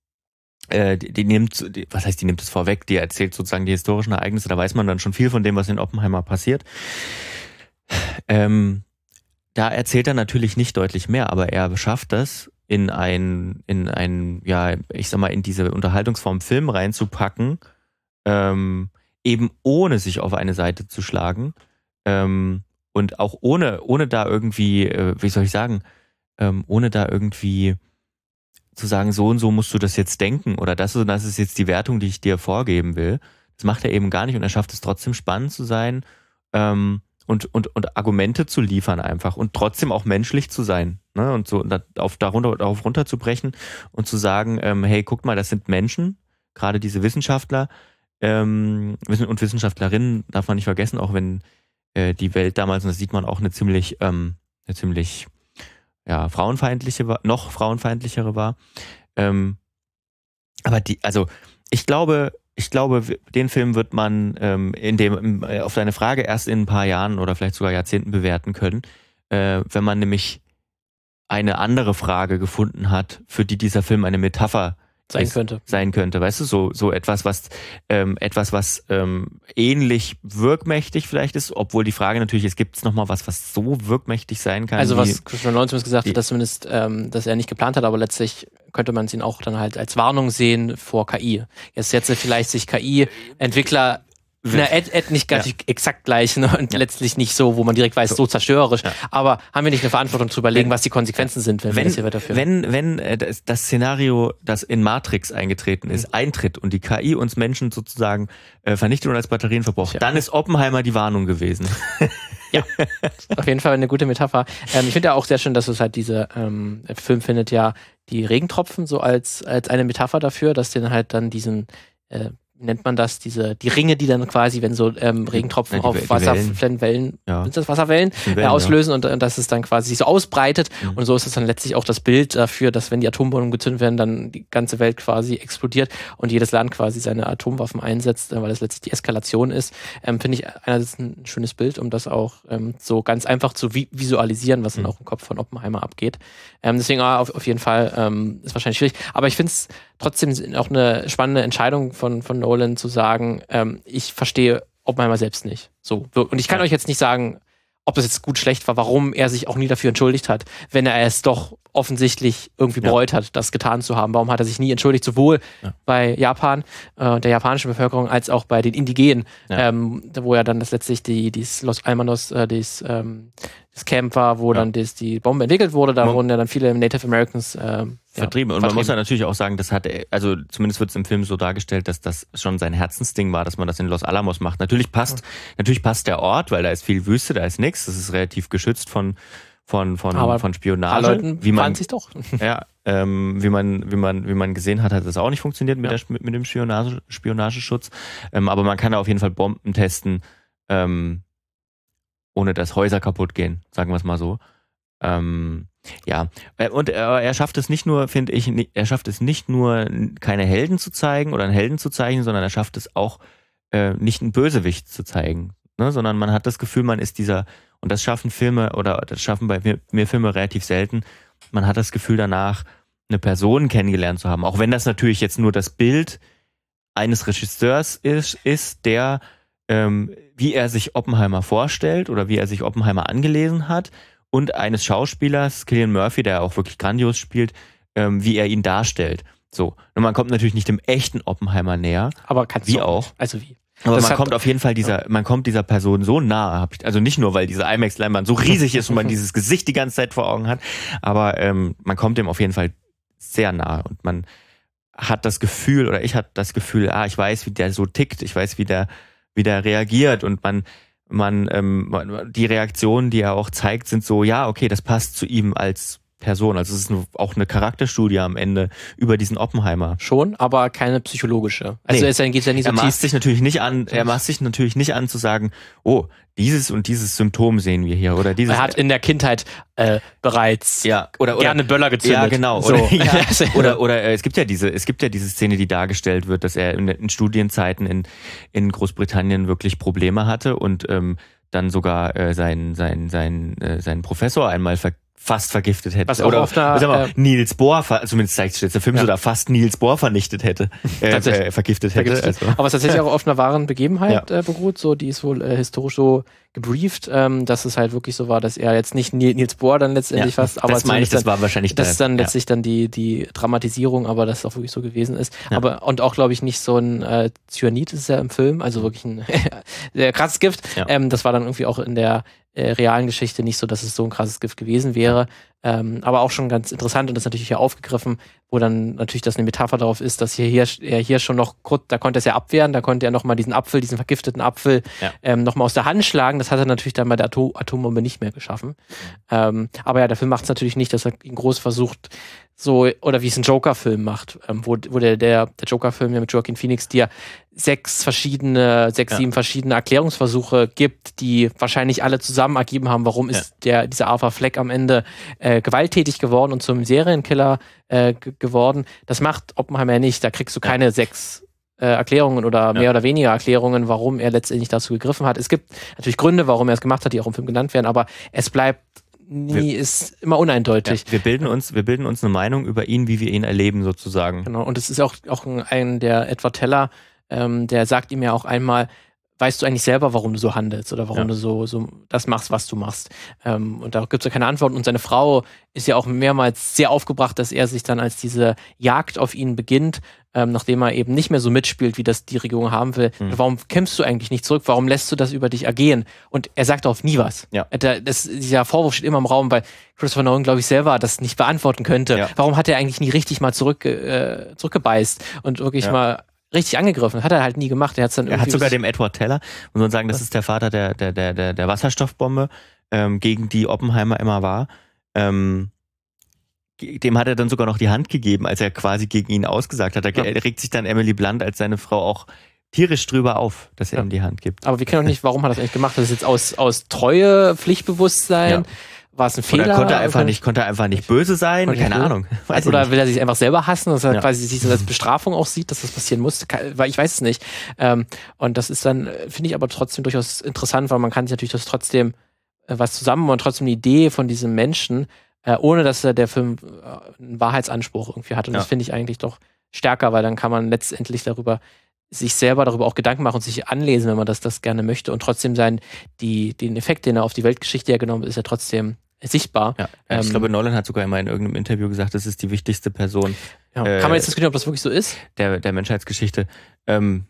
äh, die, die nimmt, die, was heißt, die nimmt es vorweg, die erzählt sozusagen die historischen Ereignisse, da weiß man dann schon viel von dem, was in Oppenheimer passiert. Ähm, da erzählt er natürlich nicht deutlich mehr, aber er schafft das, in ein, in ein, ja, ich sag mal, in diese Unterhaltungsform Film reinzupacken, ähm, eben ohne sich auf eine Seite zu schlagen, ähm, und auch ohne, ohne da irgendwie, äh, wie soll ich sagen, ähm, ohne da irgendwie zu sagen, so und so musst du das jetzt denken oder das und das ist jetzt die Wertung, die ich dir vorgeben will. Das macht er eben gar nicht und er schafft es trotzdem spannend zu sein, ähm, und, und, und Argumente zu liefern einfach und trotzdem auch menschlich zu sein, ne? Und so auf, darunter, darauf runterzubrechen und zu sagen, ähm, hey, guckt mal, das sind Menschen, gerade diese Wissenschaftler ähm, und Wissenschaftlerinnen, darf man nicht vergessen, auch wenn äh, die Welt damals, und das sieht man auch, eine ziemlich, ähm, eine ziemlich ja, frauenfeindliche war, noch frauenfeindlichere war. Ähm, aber die, also ich glaube, Ich glaube, den Film wird man ähm, in dem auf deine Frage erst in ein paar Jahren oder vielleicht sogar Jahrzehnten bewerten können, äh, wenn man nämlich eine andere Frage gefunden hat, für die dieser Film eine Metapher sein ist, könnte. Sein könnte, weißt du, so so etwas, was ähm, etwas, was ähm, ähnlich wirkmächtig vielleicht ist, obwohl die Frage natürlich ist, gibt es nochmal was, was so wirkmächtig sein kann? Also was Christopher Nolan zumindest gesagt hat, dass zumindest, ähm, dass er nicht geplant hat, aber letztlich könnte man es ihn auch dann halt als Warnung sehen vor K I. Jetzt jetzt vielleicht sich K I-Entwickler na, et, et nicht ganz ja. exakt gleich, ne? Und ja. letztlich nicht so, wo man direkt weiß, so, so zerstörerisch. Ja. Aber haben wir nicht eine Verantwortung zu überlegen, wenn, was die Konsequenzen sind, wenn, wenn wir das hier weiterführen? Wenn, wenn äh, das, das Szenario, das in Matrix eingetreten ist, mhm. eintritt und die K I uns Menschen sozusagen äh, vernichtet und als Batterien verbraucht, ja. dann ist Oppenheimer die Warnung gewesen. Ja, auf jeden Fall eine gute Metapher. Ähm, ich finde ja auch sehr schön, dass es halt diese, ähm, der Film findet ja die Regentropfen so als, als eine Metapher dafür, dass den halt dann diesen äh, wie nennt man das, diese, die Ringe, die dann quasi, wenn so ähm, Regentropfen ja, die, auf die Wasserwellen, Wellen, ja. sind das Wasserwellen, Wellen, äh, auslösen ja. und, und dass es dann quasi sich so ausbreitet. Mhm. Und so ist es dann letztlich auch das Bild dafür, dass wenn die Atombomben gezündet werden, dann die ganze Welt quasi explodiert und jedes Land quasi seine Atomwaffen einsetzt, weil das letztlich die Eskalation ist. Ähm, Finde ich einerseits ein schönes Bild, um das auch ähm, so ganz einfach zu vi- visualisieren, was dann mhm. auch im Kopf von Oppenheimer abgeht. Ähm, deswegen auf, auf jeden Fall ähm, ist wahrscheinlich schwierig. Aber ich finde es trotzdem auch eine spannende Entscheidung von, von Nolan zu sagen, ähm, ich verstehe Oppenheimer selbst nicht. So. Und ich kann ja. euch jetzt nicht sagen, ob das jetzt gut, schlecht war, warum er sich auch nie dafür entschuldigt hat, wenn er es doch offensichtlich irgendwie bereut ja. hat, das getan zu haben. Warum hat er sich nie entschuldigt, sowohl ja. bei Japan, äh, der japanischen Bevölkerung, als auch bei den Indigenen, ja. ähm, wo ja dann das letztlich die, dieses Los Almanos, äh, dieses, ähm, das Camp war, wo ja. dann das, die Bombe entwickelt wurde, da man wurden ja dann viele Native Americans ähm, vertrieben. Ja, und vertrieben. Man muss ja natürlich auch sagen, das hat, also zumindest wird es im Film so dargestellt, dass das schon sein Herzensding war, dass man das in Los Alamos macht. Natürlich passt, ja. natürlich passt der Ort, weil da ist viel Wüste, da ist nichts, das ist relativ geschützt von von von Aber von Spionage. Leuten wie man sich doch. Ja, ähm, wie man wie man wie man gesehen hat, hat das auch nicht funktioniert mit ja. der mit dem Spionage Spionageschutz. Ähm, aber man kann da auf jeden Fall Bomben testen, ähm, ohne dass Häuser kaputt gehen, sagen wir es mal so. Ähm, ja, und er, er schafft es nicht nur, finde ich, er schafft es nicht nur, keine Helden zu zeigen oder einen Helden zu zeigen, sondern er schafft es auch, äh, nicht einen Bösewicht zu zeigen, ne? Sondern man hat das Gefühl, man ist dieser, und das schaffen Filme, oder das schaffen bei mir, mir Filme relativ selten, man hat das Gefühl danach, eine Person kennengelernt zu haben, auch wenn das natürlich jetzt nur das Bild eines Regisseurs ist, ist der, ähm, wie er sich Oppenheimer vorstellt oder wie er sich Oppenheimer angelesen hat, und eines Schauspielers, Cillian Murphy, der auch wirklich grandios spielt, ähm, wie er ihn darstellt. So. Und man kommt natürlich nicht dem echten Oppenheimer näher. Aber kannst wie du auch. Nicht. Also wie? Aber das man kommt auf jeden Fall dieser, ja. man kommt dieser Person so nahe. Also nicht nur, weil diese IMAX-Leinwand so riesig ist und man dieses Gesicht die ganze Zeit vor Augen hat, aber ähm, man kommt dem auf jeden Fall sehr nahe und man hat das Gefühl, oder ich hatte das Gefühl, ah, ich weiß, wie der so tickt, ich weiß, wie der, wie der reagiert, und man Man, ähm, die Reaktionen, die er auch zeigt, sind so, ja, okay, das passt zu ihm als Person. Also es ist eine, auch eine Charakterstudie am Ende über diesen Oppenheimer. Schon, aber keine psychologische. Also nee. es geht ja nicht so er maßt sich natürlich nicht an, er maßt sich natürlich nicht an zu sagen, oh, dieses und dieses Symptom sehen wir hier, oder dieses. Er hat in der Kindheit äh, bereits ja, oder, oder, gerne Böller gezündet. Ja, genau. So. Oder, ja, oder, oder äh, es gibt ja diese, es gibt ja diese Szene, die dargestellt wird, dass er in, in Studienzeiten in, in Großbritannien wirklich Probleme hatte und ähm, dann sogar äh, seinen, seinen, seinen, äh, seinen Professor einmal ver fast vergiftet hätte. Was auch oder auf der, mal, äh, Niels Bohr, zumindest zeigt es der Film ja. so, da fast Niels Bohr vernichtet hätte, äh, äh, vergiftet hätte. Vergiftet. Also. Aber es tatsächlich auch auf einer wahren Begebenheit ja. äh, beruht, so, die ist wohl äh, historisch so gebrieft, ähm, dass es halt wirklich so war, dass er jetzt nicht Niels Bohr dann letztendlich ja. fast, aber das meine ich, das dann, war wahrscheinlich das ist dann ja. letztlich dann die, die Dramatisierung, aber dass es auch wirklich so gewesen ist. Ja. Aber, und auch, glaube ich, nicht so ein äh, Cyanid ist es ja im Film, also wirklich ein sehr krasses Gift. Ja. Ähm, das war dann irgendwie auch in der äh, realen Geschichte nicht so, dass es so ein krasses Gift gewesen wäre. Ähm, aber auch schon ganz interessant, und das ist natürlich hier aufgegriffen, wo dann natürlich das eine Metapher darauf ist, dass hier, hier, er hier schon noch kurz, da konnte er es ja abwehren, da konnte er nochmal diesen Apfel, diesen vergifteten Apfel ja. ähm, nochmal aus der Hand schlagen. Das hat er natürlich dann bei der Atom- Atombombe nicht mehr geschaffen. Mhm. Ähm, aber ja, der Film macht es natürlich nicht, dass er ihn groß versucht, so, oder wie es ein Joker-Film macht, ähm, wo, wo der, der, der Joker-Film ja mit Joaquin Phoenix dir sechs verschiedene, sechs, ja. sieben verschiedene Erklärungsversuche gibt, die wahrscheinlich alle zusammen ergeben haben, warum ja. ist der, dieser Arthur Fleck am Ende äh, gewalttätig geworden und zum Serienkiller äh, g- geworden. Das macht Oppenheimer nicht. Da kriegst du keine ja. sechs äh, Erklärungen oder mehr ja. oder weniger Erklärungen, warum er letztendlich dazu gegriffen hat. Es gibt natürlich Gründe, warum er es gemacht hat, die auch im Film genannt werden, aber es bleibt nie, wir, ist immer uneindeutig. Ja, wir bilden uns, wir bilden uns eine Meinung über ihn, wie wir ihn erleben, sozusagen. Genau, und es ist auch, auch ein, der Edward Teller, ähm, der sagt ihm ja auch einmal, weißt du eigentlich selber, warum du so handelst oder warum ja. du so, so das machst, was du machst? Ähm, und da gibt es ja keine Antwort. Und seine Frau ist ja auch mehrmals sehr aufgebracht, dass er sich dann, als diese Jagd auf ihn beginnt, ähm, nachdem er eben nicht mehr so mitspielt, wie das die Regierung haben will, mhm. warum kämpfst du eigentlich nicht zurück? Warum lässt du das über dich ergehen? Und er sagt auf nie was. Ja. Das, dieser Vorwurf steht immer im Raum, weil Christopher Nolan, glaube ich, selber das nicht beantworten könnte. Ja. Warum hat er eigentlich nie richtig mal zurück, äh, zurückgebeißt und wirklich ja. mal richtig angegriffen? Hat er halt nie gemacht. Er, hat's dann er hat sogar dem Edward Teller, muss man sagen, das ist der Vater der, der, der, der, der Wasserstoffbombe, ähm, gegen die Oppenheimer immer war. Ähm, dem hat er dann sogar noch die Hand gegeben, als er quasi gegen ihn ausgesagt hat. Da ja. regt sich dann Emily Blunt als seine Frau auch tierisch drüber auf, dass er ja. ihm die Hand gibt. Aber wir kennen auch nicht, warum hat er das eigentlich gemacht? Das ist jetzt aus, aus Treue, Pflichtbewusstsein? Ja. War es ein Fehler? Oder konnte er einfach nicht, konnte er einfach nicht böse sein? Keine böse? Ahnung. Weiß Oder will er sich einfach selber hassen, dass er ja. quasi sich so als Bestrafung auch sieht, dass das passieren muss? Weil ich weiß es nicht. Und das ist dann, finde ich aber trotzdem durchaus interessant, weil man kann sich natürlich das trotzdem was zusammen und trotzdem eine Idee von diesem Menschen, ohne dass der Film einen Wahrheitsanspruch irgendwie hat. Und ja. das finde ich eigentlich doch stärker, weil dann kann man letztendlich darüber sich selber darüber auch Gedanken machen und sich anlesen, wenn man das, das gerne möchte. Und trotzdem sein, die, den Effekt, den er auf die Weltgeschichte ja genommen hat, ist ja trotzdem sichtbar. Ja, ja, ich ähm, glaube, Nolan hat sogar immer in irgendeinem Interview gesagt, das ist die wichtigste Person. Ja, äh, kann man jetzt diskutieren, ob das wirklich so ist? Der, der Menschheitsgeschichte. Ähm,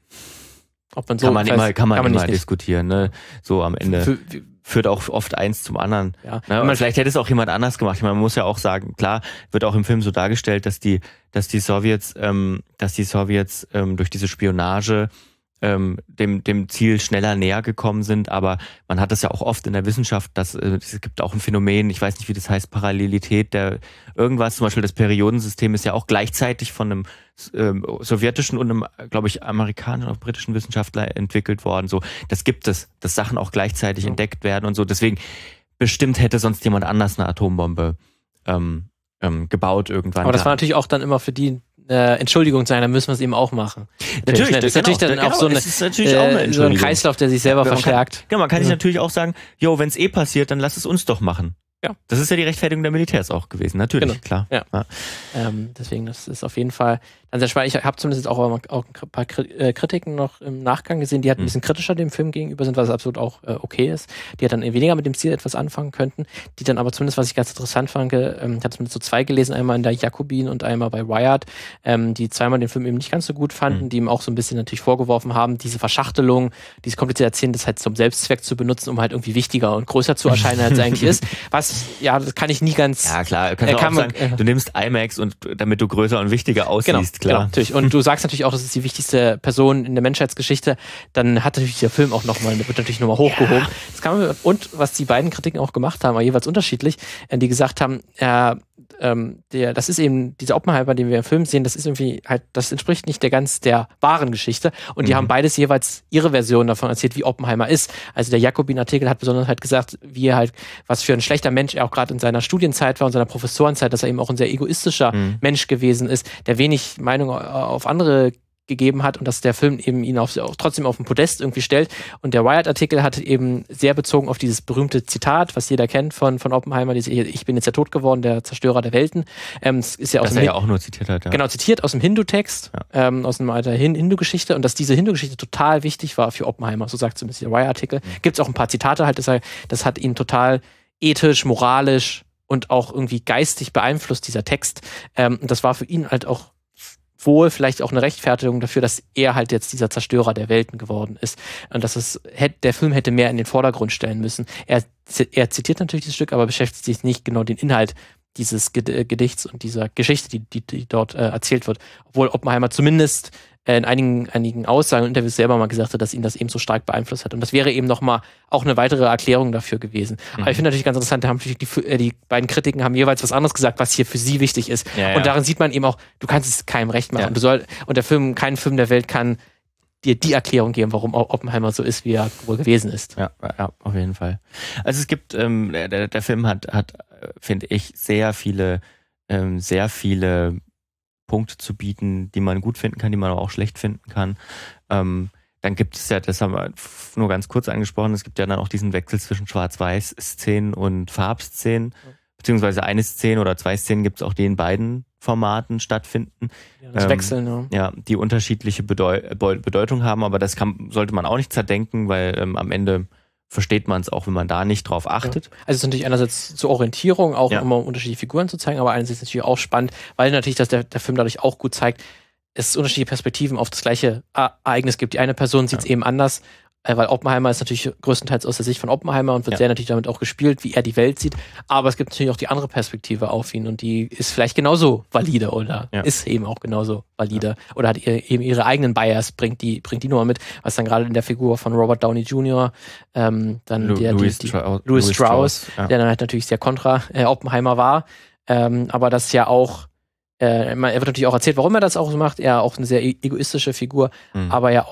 ob man so kann man heißt, immer, kann man kann man immer nicht diskutieren. Ne? So am Ende für, für, führt auch oft eins zum anderen. Ja. Ne? Und vielleicht hätte es auch jemand anders gemacht. Ich meine, man muss ja auch sagen, klar, wird auch im Film so dargestellt, dass die, dass die Sowjets, ähm, dass die Sowjets ähm, durch diese Spionage ähm, dem, dem Ziel schneller näher gekommen sind, aber man hat das ja auch oft in der Wissenschaft, dass äh, es gibt auch ein Phänomen, ich weiß nicht, wie das heißt, Parallelität, der irgendwas, zum Beispiel das Periodensystem ist ja auch gleichzeitig von einem ähm, sowjetischen und einem, glaube ich, amerikanischen oder britischen Wissenschaftler entwickelt worden. So, das gibt es, dass Sachen auch gleichzeitig ja. entdeckt werden und so. Deswegen bestimmt hätte sonst jemand anders eine Atombombe ähm, ähm, gebaut irgendwann. Aber das war natürlich auch dann immer für die äh, Entschuldigung sein, dann müssen wir es eben auch machen. Natürlich, das ist genau, natürlich dann genau, auch so, eine, ist natürlich auch eine äh, so ein Kreislauf, der sich selber ja, verstärkt. Kann, genau, man kann ja. sich natürlich auch sagen, jo, wenn es eh passiert, dann lass es uns doch machen. Ja. Das ist ja die Rechtfertigung der Militärs auch gewesen, natürlich, genau. klar. Ja. Ja. Ähm, deswegen, das ist auf jeden Fall dann sehr spannend. Ich habe zumindest auch, auch ein paar Kritiken noch im Nachgang gesehen, die halt ein bisschen kritischer dem Film gegenüber sind, was absolut auch äh, okay ist. Die halt dann weniger mit dem Ziel etwas anfangen könnten, die dann aber zumindest, was ich ganz interessant fand, ähm, ich habe zumindest so zwei gelesen, einmal in der Jakobin und einmal bei Wired, ähm, die zweimal den Film eben nicht ganz so gut fanden, mhm. die ihm auch so ein bisschen natürlich vorgeworfen haben, diese Verschachtelung, dieses komplizierte Erzählen, das halt zum Selbstzweck zu benutzen, um halt irgendwie wichtiger und größer zu erscheinen, als es eigentlich ist. Was, ja, das kann ich nie ganz... Ja, klar, kannst äh, kann du auch man, sagen, äh, du nimmst IMAX und damit du größer und wichtiger aussiehst, genau, klar. Genau, natürlich. Und du sagst natürlich auch, das ist die wichtigste Person in der Menschheitsgeschichte, dann hat natürlich der Film auch nochmal, wird natürlich nochmal hochgehoben. Ja. Das kann man, und was die beiden Kritiken auch gemacht haben, war jeweils unterschiedlich, die gesagt haben, äh, ähm, der, das ist eben, dieser Oppenheimer, den wir im Film sehen, das ist irgendwie halt, das entspricht nicht der ganz der wahren Geschichte. Und die mhm. haben beides jeweils ihre Version davon erzählt, wie Oppenheimer ist. Also der Jakobin-Artikel hat besonders halt gesagt, wie er halt, was für ein schlechter Mensch er auch gerade in seiner Studienzeit war und seiner Professorenzeit, dass er eben auch ein sehr egoistischer mhm. Mensch gewesen ist, der wenig Meinung auf andere gegeben hat und dass der Film eben ihn auf, auch trotzdem auf den Podest irgendwie stellt. Und der Wired-Artikel hat eben sehr bezogen auf dieses berühmte Zitat, was jeder kennt von, von Oppenheimer, dieses Ich bin jetzt ja tot geworden, der Zerstörer der Welten. Ähm, das ist ja aus das dem er ja auch nur zitiert hat. Ja. Genau, zitiert aus dem Hindu-Text, ja. ähm, aus einer alten Hindu-Geschichte und dass diese Hindu-Geschichte total wichtig war für Oppenheimer, so sagt zumindest der Wired-Artikel. Mhm. Gibt es auch ein paar Zitate halt, das, das hat ihn total ethisch, moralisch und auch irgendwie geistig beeinflusst, dieser Text. Ähm, und das war für ihn halt auch wohl vielleicht auch eine Rechtfertigung dafür, dass er halt jetzt dieser Zerstörer der Welten geworden ist. Und dass es, der Film hätte mehr in den Vordergrund stellen müssen. Er, er zitiert natürlich dieses Stück, aber beschäftigt sich nicht genau den Inhalt dieses Gedichts und dieser Geschichte, die, die, die dort äh, erzählt wird. Obwohl Oppenheimer zumindest äh, in einigen, einigen Aussagen und Interviews selber mal gesagt hat, dass ihn das eben so stark beeinflusst hat. Und das wäre eben nochmal auch eine weitere Erklärung dafür gewesen. Mhm. Aber ich finde natürlich ganz interessant, da haben natürlich die, äh, die beiden Kritiken haben jeweils was anderes gesagt, was hier für sie wichtig ist. Ja, ja. Und darin sieht man eben auch, du kannst es keinem recht machen. Ja. Und, du soll, und der Film, kein Film der Welt kann dir die Erklärung geben, warum Oppenheimer so ist, wie er wohl gewesen ist. Ja, ja, auf jeden Fall. Also es gibt, ähm, der, der Film hat, hat, finde ich, sehr viele, ähm, sehr viele Punkte zu bieten, die man gut finden kann, die man aber auch schlecht finden kann. Ähm, dann gibt es ja, das haben wir nur ganz kurz angesprochen, es gibt ja dann auch diesen Wechsel zwischen Schwarz-Weiß-Szenen und Farbszenen, ja. beziehungsweise eine Szene oder zwei Szenen gibt es auch, die in beiden Formaten stattfinden. Ja, das ähm, Wechseln, ja. Ja, die unterschiedliche Bedeu- Bedeutung haben, aber das kann, sollte man auch nicht zerdenken, weil ähm, am Ende versteht man es auch, wenn man da nicht drauf achtet. Ja. Also es ist natürlich einerseits zur Orientierung, auch ja. immer unterschiedliche Figuren zu zeigen, aber einerseits natürlich auch spannend, weil natürlich dass der, der Film dadurch auch gut zeigt, es unterschiedliche Perspektiven auf das gleiche Ereignis gibt. Die eine Person sieht es ja. eben anders, weil Oppenheimer ist natürlich größtenteils aus der Sicht von Oppenheimer und wird ja. sehr natürlich damit auch gespielt, wie er die Welt sieht. Aber es gibt natürlich auch die andere Perspektive auf ihn und die ist vielleicht genauso valide oder ja. ist eben auch genauso valide ja. oder hat ihr, eben ihre eigenen Bias, bringt die, bringt die Nummer mit, was dann gerade in der Figur von Robert Downey Junior ähm, dann Lu- der, Louis, die, die, Strauss, Louis Strauss, Strauss ja. der dann halt natürlich sehr kontra äh, Oppenheimer war. Ähm, aber das ja auch Äh, er wird natürlich auch erzählt, warum er das auch so macht. Er auch eine sehr egoistische Figur, mhm. aber ja auch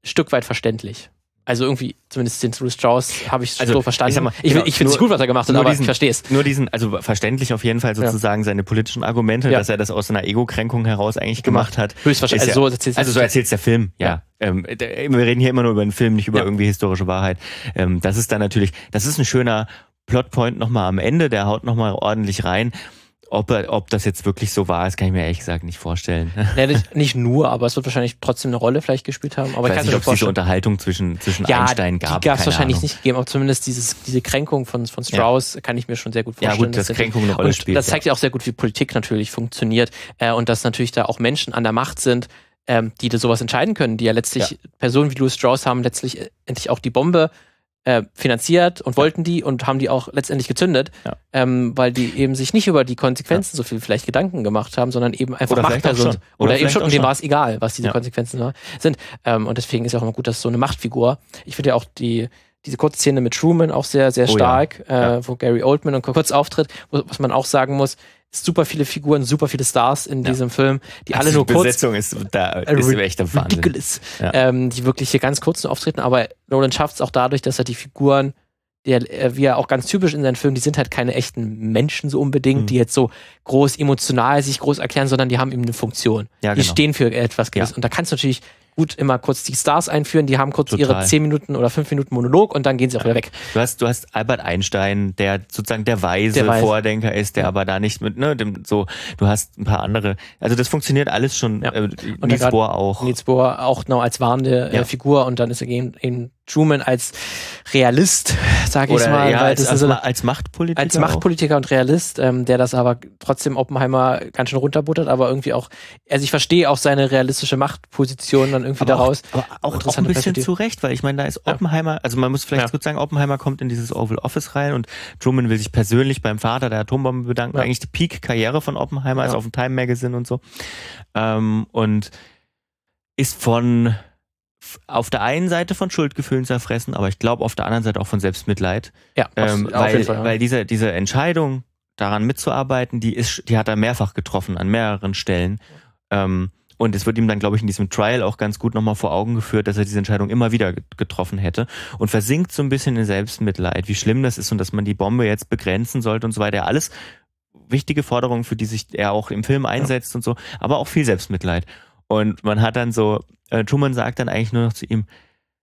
Stück weit verständlich. Also irgendwie, zumindest den Louis Strauss habe ich also, so verstanden. Ich, sag mal, ich, genau, ich finde es gut, was er gemacht hat, aber diesen, ich verstehe es. Nur diesen, also verständlich auf jeden Fall sozusagen ja. seine politischen Argumente, ja. dass er das aus einer Ego-Kränkung heraus eigentlich gemacht hat. Höchstwahrscheinlich. Also, ja, so erzählst also so erzählt der Film, ja. ja. Ähm, wir reden hier immer nur über einen Film, nicht über ja. irgendwie historische Wahrheit. Ähm, das ist dann natürlich, das ist ein schöner Plotpoint nochmal am Ende, der haut nochmal ordentlich rein. Ob, ob das jetzt wirklich so war, das kann ich mir ehrlich gesagt nicht vorstellen. Ja, nicht, nicht nur, aber es wird wahrscheinlich trotzdem eine Rolle vielleicht gespielt haben. Aber ich weiß ich nicht, ob es diese Unterhaltung zwischen, zwischen ja, Einstein gab. Die gab es wahrscheinlich Ahnung. nicht gegeben, aber zumindest dieses, diese Kränkung von, von Strauss ja. kann ich mir schon sehr gut vorstellen. Ja gut, dass, dass Kränkung eine Rolle und spielt. Das zeigt ja auch sehr gut, wie Politik natürlich funktioniert äh, und dass natürlich da auch Menschen an der Macht sind, ähm, die da sowas entscheiden können, die ja letztlich, ja. Personen wie Louis Strauss haben letztlich äh, endlich auch die Bombe Äh, finanziert und wollten ja. die und haben die auch letztendlich gezündet, ja. ähm, weil die eben sich nicht über die Konsequenzen ja. so viel vielleicht Gedanken gemacht haben, sondern eben einfach Machtpersonen. Oder, oder eben schon, und denen war es egal, was diese ja. Konsequenzen sind. Ähm, und deswegen ist ja auch immer gut, dass so eine Machtfigur, ich finde ja auch die diese kurze Szene mit Truman auch sehr, sehr oh stark, ja. Ja. Äh, wo Gary Oldman und kurz auftritt, wo, was man auch sagen muss, super viele Figuren, super viele Stars in ja. diesem Film, die also alle nur die kurz... Besetzung ist da ist äh, echt der Wahnsinn. Ridiculous. Ja. Ähm, die wirklich hier ganz kurz nur auftreten, aber Nolan schafft es auch dadurch, dass er die Figuren, der, wie er auch ganz typisch in seinen Filmen, die sind halt keine echten Menschen so unbedingt, mhm. die jetzt so groß emotional sich groß erklären, sondern die haben eben eine Funktion. Ja, die genau. stehen für etwas gewiss. Ja. Und da kannst du natürlich gut immer kurz die Stars einführen, die haben kurz Total. ihre zehn Minuten oder fünf Minuten Monolog und dann gehen sie auch ja. wieder weg. Du hast, du hast Albert Einstein, der sozusagen der weise, der weise. Vordenker ist, der ja. aber da nicht mit, ne, dem, so, du hast ein paar andere, also das funktioniert alles schon, ja. äh, Niels Bohr auch. Niels Bohr auch noch als warnende ja. äh, Figur und dann ist er eben, eben Truman als Realist, sage ich mal. Ja, weil als, das als, ist so, als Machtpolitiker. Als Machtpolitiker auch. und Realist, ähm, der das aber trotzdem Oppenheimer ganz schön runterbuttert, aber irgendwie auch, also ich verstehe auch seine realistische Machtposition dann irgendwie aber daraus. Auch, aber auch, auch ein bisschen zu Recht, weil ich meine, da ist Oppenheimer, ja. also man muss vielleicht ja. kurz sagen, Oppenheimer kommt in dieses Oval Office rein und Truman will sich persönlich beim Vater der Atombombe bedanken. Ja. Eigentlich die Peak-Karriere von Oppenheimer ja. ist auf dem Time Magazine und so. Ähm, und ist von auf der einen Seite von Schuldgefühlen zerfressen, aber ich glaube auf der anderen Seite auch von Selbstmitleid. Ja, ähm, auf weil, jeden Fall, ja. weil diese, diese Entscheidung, daran mitzuarbeiten, die ist, die hat er mehrfach getroffen, an mehreren Stellen. Ähm, und es wird ihm dann, glaube ich, in diesem Trial auch ganz gut nochmal vor Augen geführt, dass er diese Entscheidung immer wieder getroffen hätte und versinkt so ein bisschen in Selbstmitleid, wie schlimm das ist und dass man die Bombe jetzt begrenzen sollte und so weiter. Alles wichtige Forderungen, für die sich er auch im Film einsetzt ja. und so, aber auch viel Selbstmitleid. Und man hat dann so, äh, Truman sagt dann eigentlich nur noch zu ihm,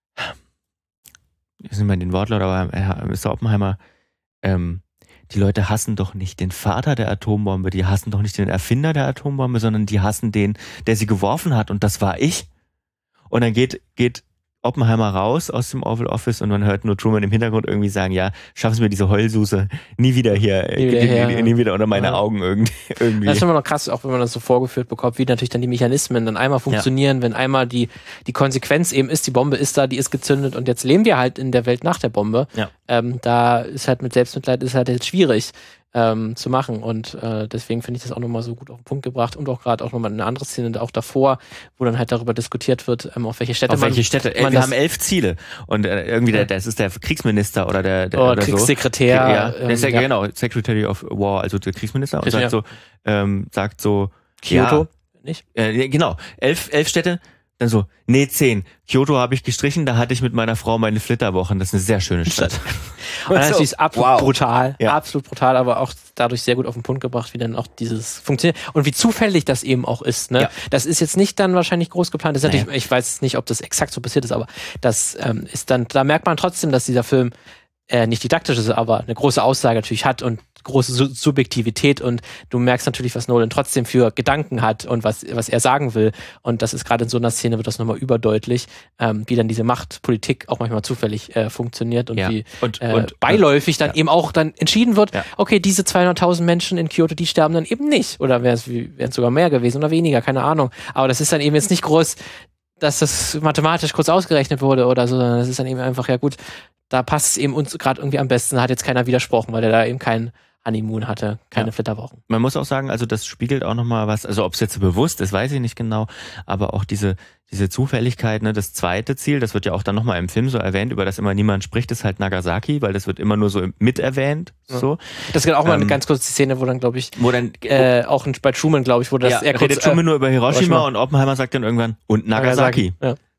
ich weiß nicht mehr den Wortlaut, aber Herr Mister Oppenheimer, ähm, die Leute hassen doch nicht den Vater der Atombombe, die hassen doch nicht den Erfinder der Atombombe, sondern die hassen den, der sie geworfen hat und das war ich. Und dann geht, geht Oppenheimer raus aus dem Oval Office und man hört nur Truman im Hintergrund irgendwie sagen, ja, schaffen Sie mir diese Heulsuse nie wieder hier, nie wieder, nie, nie, nie wieder unter meine ja. Augen irgendwie. Das ist immer noch krass, auch wenn man das so vorgeführt bekommt, wie natürlich dann die Mechanismen dann einmal funktionieren, ja. wenn einmal die, die Konsequenz eben ist, die Bombe ist da, die ist gezündet und jetzt leben wir halt in der Welt nach der Bombe. Ja. Ähm, da ist halt mit Selbstmitleid ist halt jetzt schwierig. Ähm, zu machen und äh, deswegen finde ich das auch nochmal so gut auf den Punkt gebracht und auch gerade auch nochmal eine andere Szene auch davor, wo dann halt darüber diskutiert wird, ähm, auf welche Städte auf man... welche Städte? Ey, wir haben elf Ziele und äh, irgendwie der, das ist der Kriegsminister oder der, der oh, oder Kriegssekretär. So. Ja, ähm, der ist ja, ja. genau, Secretary of War, also der Kriegsminister und sagt ja. so, ähm, sagt so Kyoto, ja, nicht? Äh, genau, elf, elf Städte. Dann so, nee, zehn. Kyoto habe ich gestrichen, da hatte ich mit meiner Frau meine Flitterwochen. Das ist eine sehr schöne Stadt. Und das ist absolut wow. brutal. Ja. Absolut brutal, aber auch dadurch sehr gut auf den Punkt gebracht, wie dann auch dieses funktioniert. Und wie zufällig das eben auch ist. Ne? Ja. Das ist jetzt nicht dann wahrscheinlich groß geplant. Das ist naja. natürlich, ich weiß nicht, ob das exakt so passiert ist, aber das ähm, ist dann, da merkt man trotzdem, dass dieser Film äh, nicht didaktisch ist, aber eine große Aussage natürlich hat und große Su- Subjektivität und du merkst natürlich, was Nolan trotzdem für Gedanken hat und was, was er sagen will. Und das ist gerade in so einer Szene, wird das nochmal überdeutlich, ähm, wie dann diese Machtpolitik auch manchmal zufällig äh, funktioniert und ja. wie und, äh, und, beiläufig dann ja. eben auch dann entschieden wird, ja. okay, diese zweihunderttausend Menschen in Kyoto, die sterben dann eben nicht. Oder wäre es sogar mehr gewesen oder weniger, keine Ahnung. Aber das ist dann eben jetzt nicht groß, dass das mathematisch kurz ausgerechnet wurde oder so, sondern das ist dann eben einfach, ja gut, da passt es eben uns gerade irgendwie am besten, da hat jetzt keiner widersprochen, weil der da eben keinen Honeymoon hatte, keine ja. Flitterwochen. Man muss auch sagen, also das spiegelt auch nochmal was, also ob es jetzt bewusst ist, weiß ich nicht genau, aber auch diese diese Zufälligkeit, ne, das zweite Ziel, das wird ja auch dann nochmal im Film so erwähnt, über das immer niemand spricht, ist halt Nagasaki, weil das wird immer nur so mit erwähnt, ja. so. Das gibt auch mal ähm, eine ganz kurze Szene, wo dann, glaube ich, wo dann äh, auch bei Truman, glaube ich, wo das ja, er redet kurz, Truman äh, nur über Hiroshima, Hiroshima und Oppenheimer sagt dann irgendwann, und Nagasaki. Ja.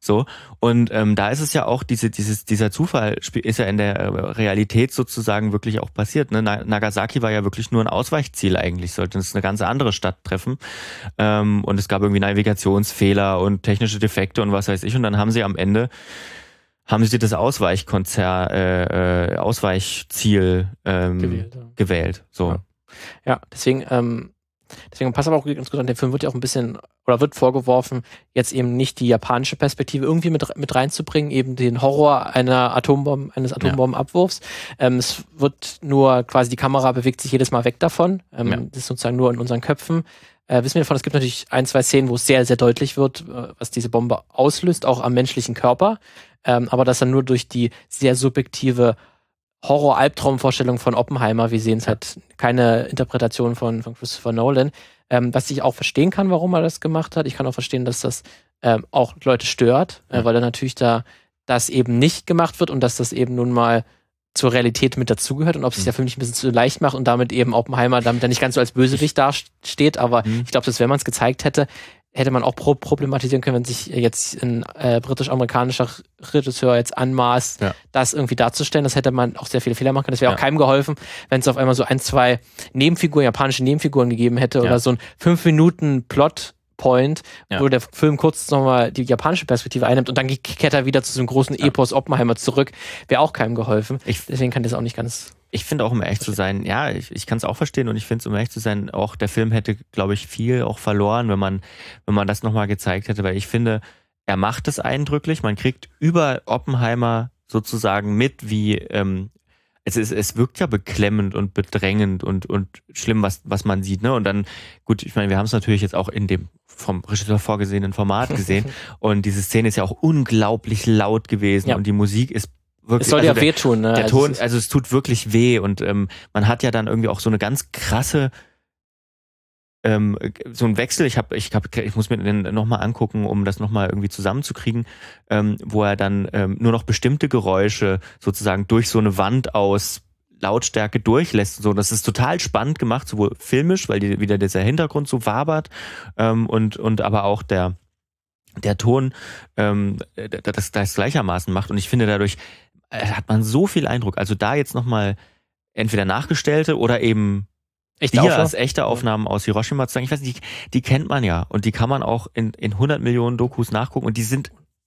So. Und ähm, da ist es ja auch, diese, dieses, dieser Zufall ist ja in der Realität sozusagen wirklich auch passiert. Ne? Nagasaki war ja wirklich nur ein Ausweichziel eigentlich, sollte es eine ganz andere Stadt treffen. Ähm, und es gab irgendwie Navigationsfehler und technische Defekte und was weiß ich. Und dann haben sie am Ende, haben sie das Ausweichkonzert, äh, Ausweichziel ähm, gewählt. Ja. gewählt. So. Ja. ja, deswegen, ähm, deswegen passt aber auch ganz gut an, dem Film wird ja auch ein bisschen, oder wird vorgeworfen, jetzt eben nicht die japanische Perspektive irgendwie mit, mit reinzubringen, eben den Horror einer Atombomben, eines Atombombenabwurfs. Ja. Ähm, es wird nur quasi, die Kamera bewegt sich jedes Mal weg davon. Ähm, ja. Das ist sozusagen nur in unseren Köpfen. Äh, wissen wir davon, es gibt natürlich ein, zwei Szenen, wo es sehr, sehr deutlich wird, äh, was diese Bombe auslöst, auch am menschlichen Körper. Ähm, aber das dann nur durch die sehr subjektive Horror-Albtraumvorstellung von Oppenheimer. Wir sehen es halt keine Interpretation von, von Christopher Nolan. Ähm, was ich auch verstehen kann, warum er das gemacht hat. Ich kann auch verstehen, dass das ähm, auch Leute stört, äh, ja. weil dann natürlich da das eben nicht gemacht wird und dass das eben nun mal zur Realität mit dazugehört und ob sich mhm. der Film nicht ein bisschen zu leicht macht und damit eben Oppenheimer damit dann nicht ganz so als Bösewicht dasteht. Aber mhm. ich glaube, dass wenn man es gezeigt hätte, hätte man auch pro- problematisieren können, wenn sich jetzt ein äh, britisch-amerikanischer Regisseur jetzt anmaßt, ja. das irgendwie darzustellen. Das hätte man auch sehr viele Fehler machen können. Das wäre ja. auch keinem geholfen, wenn es auf einmal so ein, zwei Nebenfiguren, japanische Nebenfiguren gegeben hätte ja. oder so ein fünf Minuten Plot-Point, ja. wo der Film kurz nochmal die japanische Perspektive einnimmt und dann kehrt er wieder zu so einem großen ja. Epos Oppenheimer zurück. Wäre auch keinem geholfen. Ich, Deswegen kann das auch nicht ganz... Ich finde auch, um ehrlich zu sein, ja, ich, ich kann es auch verstehen und ich finde es, um ehrlich zu sein, auch der Film hätte, glaube ich, viel auch verloren, wenn man, wenn man das nochmal gezeigt hätte, weil ich finde, er macht es eindrücklich, man kriegt über Oppenheimer sozusagen mit, wie, ähm, es ist, es wirkt ja beklemmend und bedrängend und, und schlimm, was, was man sieht, ne, und dann, gut, ich meine, wir haben es natürlich jetzt auch in dem vom Regisseur vorgesehenen Format gesehen und diese Szene ist ja auch unglaublich laut gewesen ja. und die Musik ist wirklich, es soll also ja der, wehtun, ne? Der Ton, also es tut wirklich weh und ähm, man hat ja dann irgendwie auch so eine ganz krasse ähm, so ein Wechsel. Ich habe, ich hab, ich muss mir den nochmal angucken, um das nochmal irgendwie zusammenzukriegen, ähm, wo er dann ähm, nur noch bestimmte Geräusche sozusagen durch so eine Wand aus Lautstärke durchlässt. So, das ist total spannend gemacht, sowohl filmisch, weil die, wieder dieser Hintergrund so wabert ähm, und und aber auch der der Ton ähm, das, das gleichermaßen macht und ich finde dadurch hat man so viel Eindruck. Also da jetzt nochmal entweder nachgestellte oder eben echte die Aufnahmen? als echte Aufnahmen aus Hiroshima zu sagen. Ich weiß nicht, die, die kennt man ja und die kann man auch in, in hundert Millionen Dokus nachgucken und die sind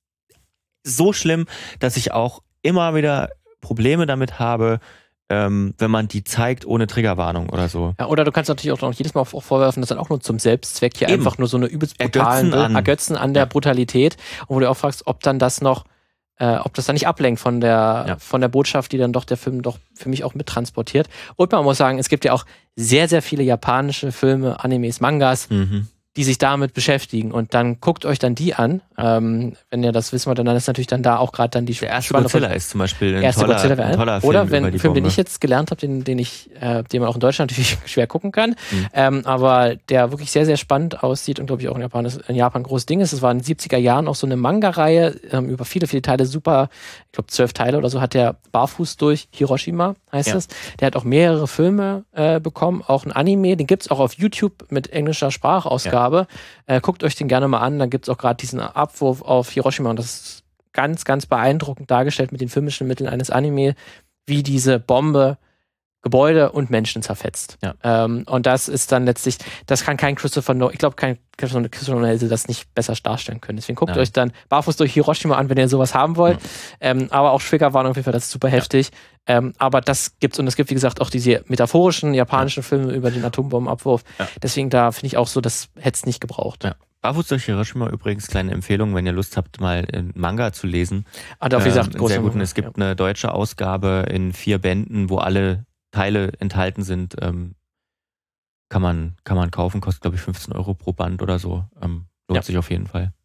so schlimm, dass ich auch immer wieder Probleme damit habe, ähm, wenn man die zeigt ohne Triggerwarnung oder so. Ja, oder du kannst natürlich auch noch jedes Mal auch vorwerfen, dass dann auch nur zum Selbstzweck hier Eben. einfach nur so eine übelst brutalen Ergötzen an, Ergötzen an der ja. Brutalität und wo du auch fragst, ob dann das noch Äh, ob das dann nicht ablenkt von der, ja. von der Botschaft, die dann doch der Film doch für mich auch mittransportiert. Und man muss sagen, es gibt ja auch sehr, sehr viele japanische Filme, Animes, Mangas, mhm. die sich damit beschäftigen. Und dann guckt euch dann die an. Ähm, wenn ihr das wissen wollt, dann ist natürlich dann da auch gerade dann die Der erste Godzilla ist zum Beispiel ein erste toller, Godzilla ein toller Film. Oder wenn über die ein Film, Bombe. den ich jetzt gelernt habe, den, den ich, äh, den man auch in Deutschland natürlich schwer gucken kann, mhm. ähm, aber der wirklich sehr, sehr spannend aussieht und glaube ich auch in Japan, ist, in Japan ein großes Ding ist. Es war in den siebziger Jahren auch so eine Manga-Reihe ähm, über viele, viele Teile, super, ich glaube zwölf Teile oder so, hat der Barfuß durch Hiroshima, heißt es. Ja. Der hat auch mehrere Filme äh, bekommen, auch ein Anime, den gibt es auch auf YouTube mit englischer Sprachausgabe. Ja. Äh, guckt euch den gerne mal an, da gibt es auch gerade diesen Abwurf auf Hiroshima und das ist ganz, ganz beeindruckend dargestellt mit den filmischen Mitteln eines Anime, wie diese Bombe Gebäude und Menschen zerfetzt. Ja. Ähm, und das ist dann letztlich, das kann kein Christopher Nolan, ich glaube, kein Christopher Nolan hätte das nicht besser darstellen können. Deswegen guckt ja. euch dann Barfuß durch Hiroshima an, wenn ihr sowas haben wollt. Ja. Ähm, aber auch Triggerwarnung auf jeden Fall, das ist super heftig. Ja. Ähm, aber das gibt's und es gibt, wie gesagt, auch diese metaphorischen japanischen ja. Filme über den Atombombenabwurf. Ja. Deswegen da finde ich auch so, das hätte es nicht gebraucht. Ja. Barfuß durch Hiroshima übrigens, kleine Empfehlung, wenn ihr Lust habt, mal einen Manga zu lesen. Ah, wie gesagt, ähm, sehr gut. Und es gibt ja. eine deutsche Ausgabe in vier Bänden, wo alle Teile enthalten sind. Ähm, kann man, kann man kaufen, kostet glaube ich fünfzehn Euro pro Band oder so. Ähm, lohnt ja. sich auf jeden Fall.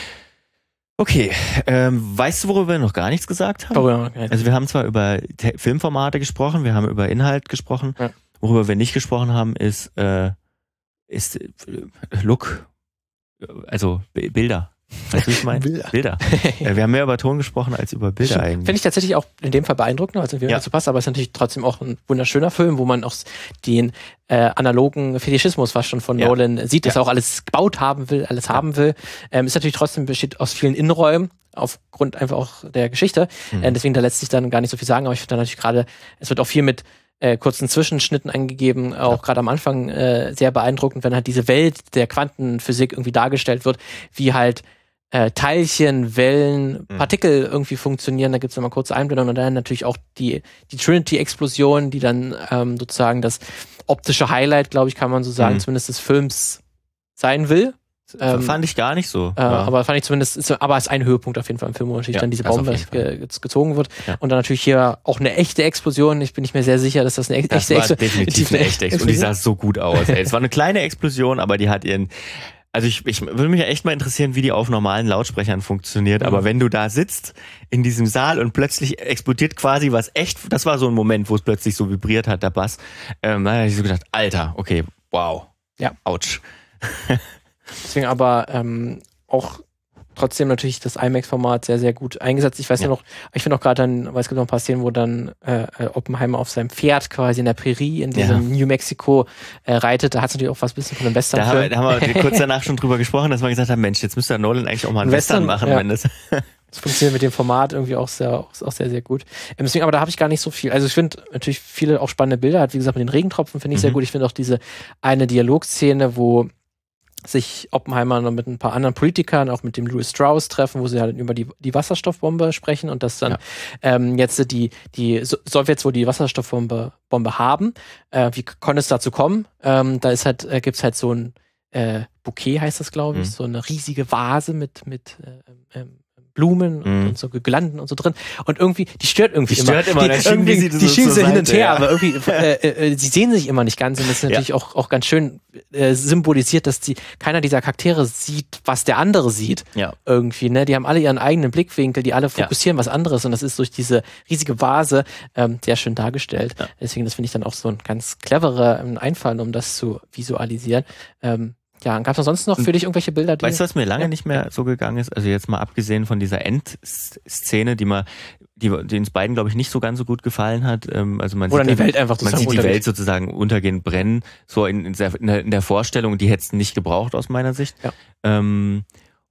Okay, ähm, weißt du, worüber wir noch gar nichts gesagt haben? Oh, ja, okay. Also wir haben zwar über Te- Filmformate gesprochen, wir haben über Inhalt gesprochen. Ja. Worüber wir nicht gesprochen haben, ist, äh, ist äh, Look. Also B- Bilder. Weißt du, wie ich meine? Bilder. Bilder. äh, wir haben mehr über Ton gesprochen als über Bilder Stimmt. eigentlich. Finde ich tatsächlich auch in dem Fall beeindruckend, also wie ja. dazu passt, aber es ist natürlich trotzdem auch ein wunderschöner Film, wo man auch den äh, analogen Fetischismus fast schon von ja. Nolan sieht, dass ja. er auch alles gebaut haben will, alles ja. haben will. Ähm, ist natürlich trotzdem besteht aus vielen Innenräumen. aufgrund einfach auch der Geschichte. Mhm. Äh, deswegen da lässt sich dann gar nicht so viel sagen, aber ich finde dann natürlich gerade, es wird auch viel mit äh, kurzen Zwischenschnitten angegeben, auch ja. gerade am Anfang äh, sehr beeindruckend, wenn halt diese Welt der Quantenphysik irgendwie dargestellt wird, wie halt äh, Teilchen, Wellen, mhm. Partikel irgendwie funktionieren. Da gibt es nochmal kurze Einblendungen und dann natürlich auch die, die Trinity-Explosion, die dann ähm, sozusagen das optische Highlight, glaube ich, kann man so sagen, mhm. zumindest des Films sein will. Ähm, fand ich gar nicht so. Äh, ja. Aber fand ich zumindest, ist, aber ist ein Höhepunkt auf jeden Fall im Film, wo natürlich ja, dann diese Bombe ge- gezogen wird. Ja. Und dann natürlich hier auch eine echte Explosion. Ich bin nicht mehr sehr sicher, dass das eine echte Explosion ist. Das war definitiv eine echte Explosion. Und die sah so gut aus. Ey. Es war eine kleine Explosion, aber die hat ihren... Also ich, ich würde mich ja echt mal interessieren, wie die auf normalen Lautsprechern funktioniert. Mhm. Aber wenn du da sitzt in diesem Saal und plötzlich explodiert quasi was echt... Das war so ein Moment, wo es plötzlich so vibriert hat, der Bass. Ähm, da habe ich so gedacht, Alter, okay, wow. Ja. Autsch. Deswegen aber ähm, auch trotzdem natürlich das IMAX-Format sehr, sehr gut eingesetzt. Ich weiß ja, ja noch, ich finde auch gerade dann, weil es gibt noch ein paar Szenen, wo dann äh, Oppenheimer auf seinem Pferd quasi in der Prärie in diesem ja. New Mexico äh, reitet. Da hat es natürlich auch was bisschen von einem Western. Da haben, wir, da haben wir kurz danach schon drüber gesprochen, dass wir gesagt haben, Mensch, jetzt müsste Nolan eigentlich auch mal einen Western, Western machen, ja. wenn das... Das funktioniert mit dem Format irgendwie auch sehr, auch sehr, sehr gut. Deswegen, aber da habe ich gar nicht so viel. Also ich finde natürlich viele auch spannende Bilder. Hat wie gesagt mit den Regentropfen finde ich mhm. sehr gut. Ich finde auch diese eine Dialogszene, wo sich Oppenheimer noch mit ein paar anderen Politikern, auch mit dem Louis Strauss treffen, wo sie halt über die, die Wasserstoffbombe sprechen und dass dann ja. ähm, jetzt die, die Sowjets, wo die Wasserstoffbombe Bombe haben, äh, wie konnte es dazu kommen? Ähm, da ist halt, äh, gibt's halt so ein äh, Bouquet, heißt das, glaube ich, mhm. so eine riesige Vase mit, mit äh, ähm, Blumen mm. und so Girlanden und so drin. Und irgendwie, die stört irgendwie die immer. Stört immer. Die, irgendwie, die, die schieben so hin und her, ja. aber irgendwie, äh, äh, sie sehen sich immer nicht ganz und das ist natürlich ja. auch, auch ganz schön äh, symbolisiert, dass die, keiner dieser Charaktere sieht, was der andere sieht. Ja. Irgendwie, ne? Die haben alle ihren eigenen Blickwinkel, die alle fokussieren ja. was anderes und das ist durch diese riesige Vase ähm, sehr schön dargestellt. Ja. Deswegen, das finde ich dann auch so ein ganz cleverer ähm, Einfall, um das zu visualisieren. Ähm, Ja, gab es ansonsten noch für dich irgendwelche Bilder, die... Weißt du, was mir lange ja. nicht mehr so gegangen ist? Also jetzt mal abgesehen von dieser Endszene, die mal, die, die uns beiden, glaube ich, nicht so ganz so gut gefallen hat. Ähm, also man Oder sieht die Welt einfach Man sieht die Welt sozusagen untergehen, brennen, so in, in, der, in der Vorstellung, die hätte es nicht gebraucht aus meiner Sicht. Ja. Ähm,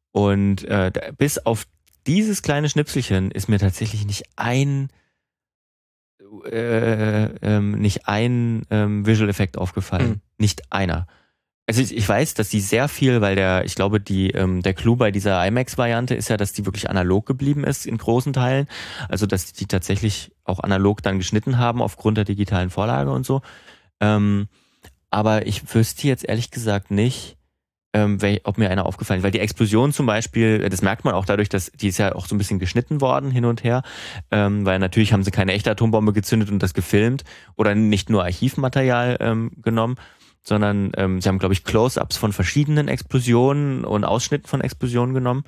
und äh, da, bis auf dieses kleine Schnipselchen ist mir tatsächlich nicht ein äh, ähm, nicht ein ähm, Visual Effekt aufgefallen. Mhm. Nicht einer. Also ich, ich weiß, dass die sehr viel, weil der, ich glaube, die ähm, der Clou bei dieser IMAX-Variante ist ja, dass die wirklich analog geblieben ist in großen Teilen. Also dass die tatsächlich auch analog dann geschnitten haben aufgrund der digitalen Vorlage und so. Ähm, aber ich wüsste jetzt ehrlich gesagt nicht, ähm, wel, ob mir einer aufgefallen ist. Weil die Explosion zum Beispiel, das merkt man auch dadurch, dass die ist ja auch so ein bisschen geschnitten worden hin und her. Ähm, weil natürlich haben sie keine echte Atombombe gezündet und das gefilmt oder nicht nur Archivmaterial ähm, genommen, sondern ähm, sie haben, glaube ich, Close-Ups von verschiedenen Explosionen und Ausschnitten von Explosionen genommen.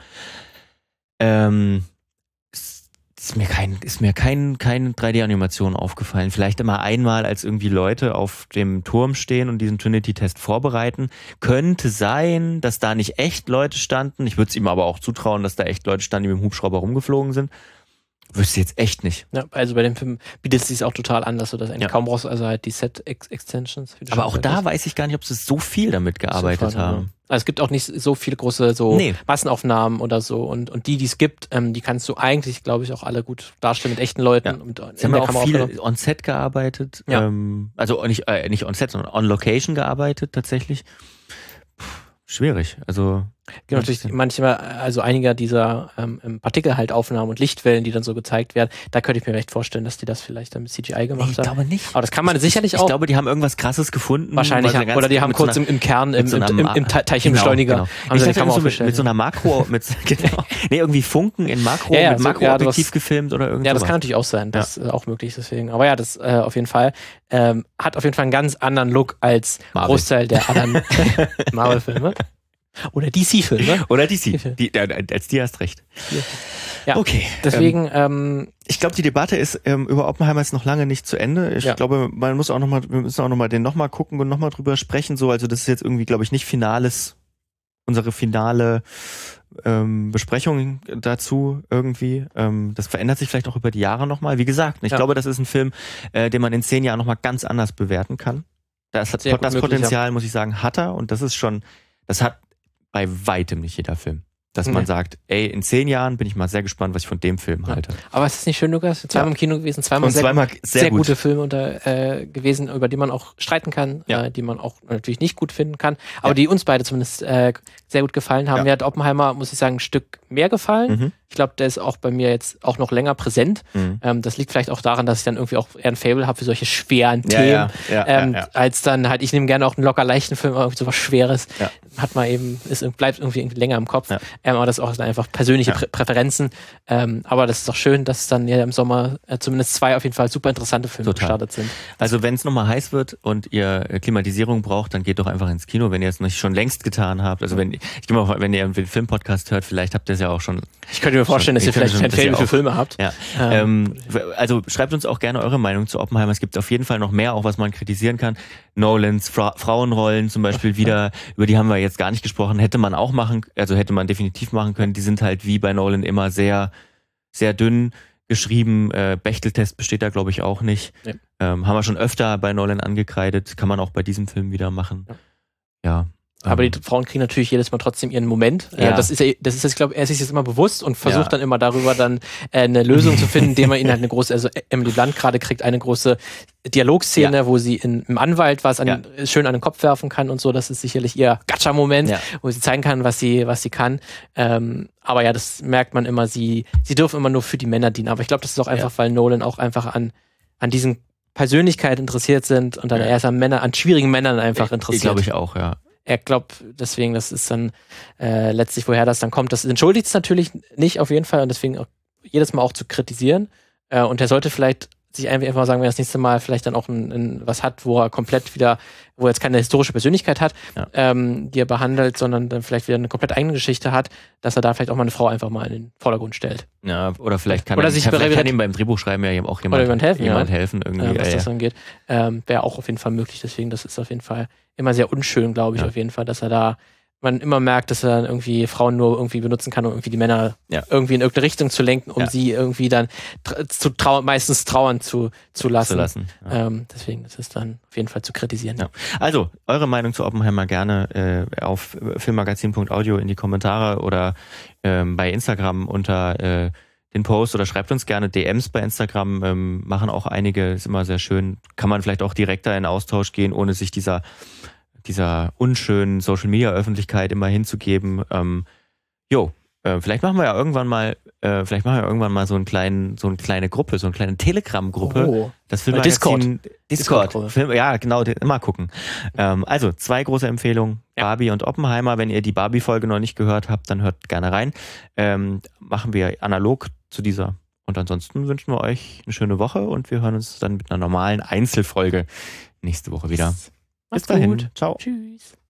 Ähm, ist mir kein, ist mir kein, keine drei D-Animation aufgefallen. Vielleicht immer einmal, als irgendwie Leute auf dem Turm stehen und diesen Trinity-Test vorbereiten. Könnte sein, dass da nicht echt Leute standen. Ich würde es ihm aber auch zutrauen, dass da echt Leute standen, die mit dem Hubschrauber rumgeflogen sind. Wüsste jetzt echt nicht. Ja, also bei dem Film bietet es sich auch total an, dass du das eigentlich ja. kaum brauchst, also halt die Set-Extensions. Aber auch da weiß ich gar nicht, ob sie so viel damit gearbeitet haben. Also es gibt auch nicht so viele große so nee. Massenaufnahmen oder so und, und die, die es gibt, ähm, die kannst du eigentlich, glaube ich, auch alle gut darstellen mit echten Leuten. Ja. Und sie haben auch viel on-Set gearbeitet, ja. ähm, also nicht, äh, nicht on-Set, sondern on-Location gearbeitet tatsächlich. Puh, schwierig, also... Genau, natürlich manchmal, also einiger dieser ähm, Partikel halt Aufnahmen und Lichtwellen, die dann so gezeigt werden, da könnte ich mir recht vorstellen, dass die das vielleicht dann mit C G I gemacht haben. Nee, ich glaube nicht. Aber das kann man sicherlich ich, auch. Ich glaube, die haben irgendwas Krasses gefunden. Wahrscheinlich, haben, oder die haben kurz so einer, im, im Kern, im, so im, im, im Teilchenbeschleuniger, genau, genau. haben sie die Kamera so mit, mit so einer Makro, mit, genau, nee, irgendwie Funken in Makro, ja, ja, mit so, Makroobjektiv ja, gefilmt oder irgendwas. Ja, das kann natürlich auch sein, das ja. ist auch möglich, deswegen. Aber ja, das äh, auf jeden Fall, ähm, hat auf jeden Fall einen ganz anderen Look als Marvel. Großteil der anderen Marvel-Filme. Oder D C-Filme. Oder D C. Die, als die hast recht. Ja, okay. Deswegen, ähm, ich glaube, die Debatte ist ähm, über Oppenheimer ist noch lange nicht zu Ende. Ich ja. glaube, man muss auch noch mal, wir müssen auch noch mal den noch mal gucken und noch mal drüber sprechen. So, also das ist jetzt irgendwie, glaube ich, nicht finales, unsere finale ähm, Besprechung dazu irgendwie. Ähm, das verändert sich vielleicht auch über die Jahre noch mal. Wie gesagt, ich ja. glaube, das ist ein Film, äh, den man in zehn Jahren noch mal ganz anders bewerten kann. Das hat das möglich, Potenzial, ja. muss ich sagen, hat er und das ist schon, das hat bei weitem nicht jeder Film. dass Nee. man sagt, ey, in zehn Jahren bin ich mal sehr gespannt, was ich von dem Film Ja. halte. Aber es ist nicht schön, Lukas? Zweimal Ja. im Kino gewesen, zweimal, Und sehr, zweimal sehr, sehr gut. gute Filme unter, äh, gewesen, über die man auch streiten kann, Ja. äh, die man auch natürlich nicht gut finden kann, aber Ja. die uns beide zumindest äh, sehr gut gefallen haben. Ja. Mir hat Oppenheimer, muss ich sagen, ein Stück mehr gefallen. Mhm. Ich glaube, der ist auch bei mir jetzt auch noch länger präsent. Mhm. Ähm, das liegt vielleicht auch daran, dass ich dann irgendwie auch eher ein Faible habe für solche schweren Ja, Themen. ja, ja, ähm, ja, ja. Als dann halt, ich nehme gerne auch einen locker leichten Film, aber irgendwie sowas Schweres. Ja. Hat man eben, ist, bleibt irgendwie, irgendwie länger im Kopf. Ja. Ähm, aber das ist auch dann einfach persönliche Ja. Prä Präferenzen. Ähm, aber das ist doch schön, dass dann ja im Sommer äh, zumindest zwei auf jeden Fall super interessante Filme Total. gestartet sind. Also wenn es nochmal heiß wird und ihr äh, Klimatisierung braucht, dann geht doch einfach ins Kino, wenn ihr es nicht schon längst getan habt. Also wenn, ich gehe mal, wenn ihr einen Filmpodcast hört, vielleicht habt ihr es ja auch schon. Ich könnte mir vorstellen, dass Ich ihr könnte vielleicht schon- ein dass ihr Faible für auch- Filme habt. Ja. Ähm, Ähm, also schreibt uns auch gerne eure Meinung zu Oppenheimer. Es gibt auf jeden Fall noch mehr, auch was man kritisieren kann. Nolans Fra Frauenrollen zum Beispiel wieder, über die haben wir jetzt gar nicht gesprochen. Hätte man auch machen, also hätte man definitiv machen können. Die sind halt wie bei Nolan immer sehr, sehr dünn geschrieben. Äh, Bechteltest besteht da, glaube ich, auch nicht. Nee. Ähm, haben wir schon öfter bei Nolan angekreidet. Kann man auch bei diesem Film wieder machen. Ja. Ja. Aber ähm, die Frauen kriegen natürlich jedes Mal trotzdem ihren Moment. Äh, Ja. das ist, ja- das ist, ich glaube, er ist sich jetzt immer bewusst und versucht Ja. dann immer darüber dann äh, eine Lösung zu finden, indem er ihnen halt eine große, also Emily Blunt gerade kriegt eine große Dialogszene, Ja. wo sie in, im Anwalt was an, Ja. schön an den Kopf werfen kann und so. Das ist sicherlich ihr Gacha-Moment, Ja. wo sie zeigen kann, was sie, was sie kann. Ähm, aber ja, das merkt man immer. Sie, sie dürfen immer nur für die Männer dienen. Aber ich glaube, das ist auch einfach, Ja. weil Nolan auch einfach an, an diesen Persönlichkeit interessiert sind und dann Ja. erst an Männer, an schwierigen Männern einfach interessiert. Glaube ich auch, ja. Er glaubt, deswegen, das ist dann äh, letztlich, woher das dann kommt. Das entschuldigt es natürlich nicht auf jeden Fall und deswegen auch jedes Mal auch zu kritisieren. Äh, und er sollte vielleicht sich einfach mal sagen, wenn er das nächste Mal vielleicht dann auch ein, ein, was hat, wo er komplett wieder, wo er jetzt keine historische Persönlichkeit hat, Ja. ähm, die er behandelt, sondern dann vielleicht wieder eine komplett eigene Geschichte hat, dass er da vielleicht auch mal eine Frau einfach mal in den Vordergrund stellt. Ja, oder vielleicht kann, Oder er, sich kann, vielleicht bereit- kann ihm beim Drehbuchschreiben ja auch jemand, Oder jemand helfen, jemand ja. helfen irgendwie. äh, was ja, das ja. angeht. Ähm, Wäre auch auf jeden Fall möglich. Deswegen, das ist auf jeden Fall immer sehr unschön, glaube ich, Ja. auf jeden Fall, dass er da, man immer merkt, dass er dann irgendwie Frauen nur irgendwie benutzen kann, um irgendwie die Männer Ja. irgendwie in irgendeine Richtung zu lenken, um Ja. sie irgendwie dann tra zu trau meistens trauern zu, zu lassen. zu lassen. Ja. Ähm, deswegen, das ist dann auf jeden Fall zu kritisieren. Ja. Also, eure Meinung zu Oppenheimer gerne äh, auf filmmagazin punkt audio in die Kommentare oder ähm, bei Instagram unter äh, den Post oder schreibt uns gerne D Ms bei Instagram, ähm, machen auch einige, ist immer sehr schön. Kann man vielleicht auch direkter in Austausch gehen, ohne sich dieser, dieser unschönen Social-Media-Öffentlichkeit immer hinzugeben. Ähm, jo, äh, vielleicht machen wir ja irgendwann mal, äh, vielleicht machen wir irgendwann mal so einen kleinen, so eine kleine Gruppe, so eine kleine Telegram-Gruppe. Oh. Das Discord. Filmmagazin Discord. Discord-Gruppe. Film, ja, genau, den- immer gucken. Ähm, also, zwei große Empfehlungen. Ja. Barbie und Oppenheimer. Wenn ihr die Barbie-Folge noch nicht gehört habt, dann hört gerne rein. Ähm, machen wir analog zu dieser. Und ansonsten wünschen wir euch eine schöne Woche und wir hören uns dann mit einer normalen Einzelfolge nächste Woche wieder. Macht's Bis dahin. gut. Ciao. Tschüss.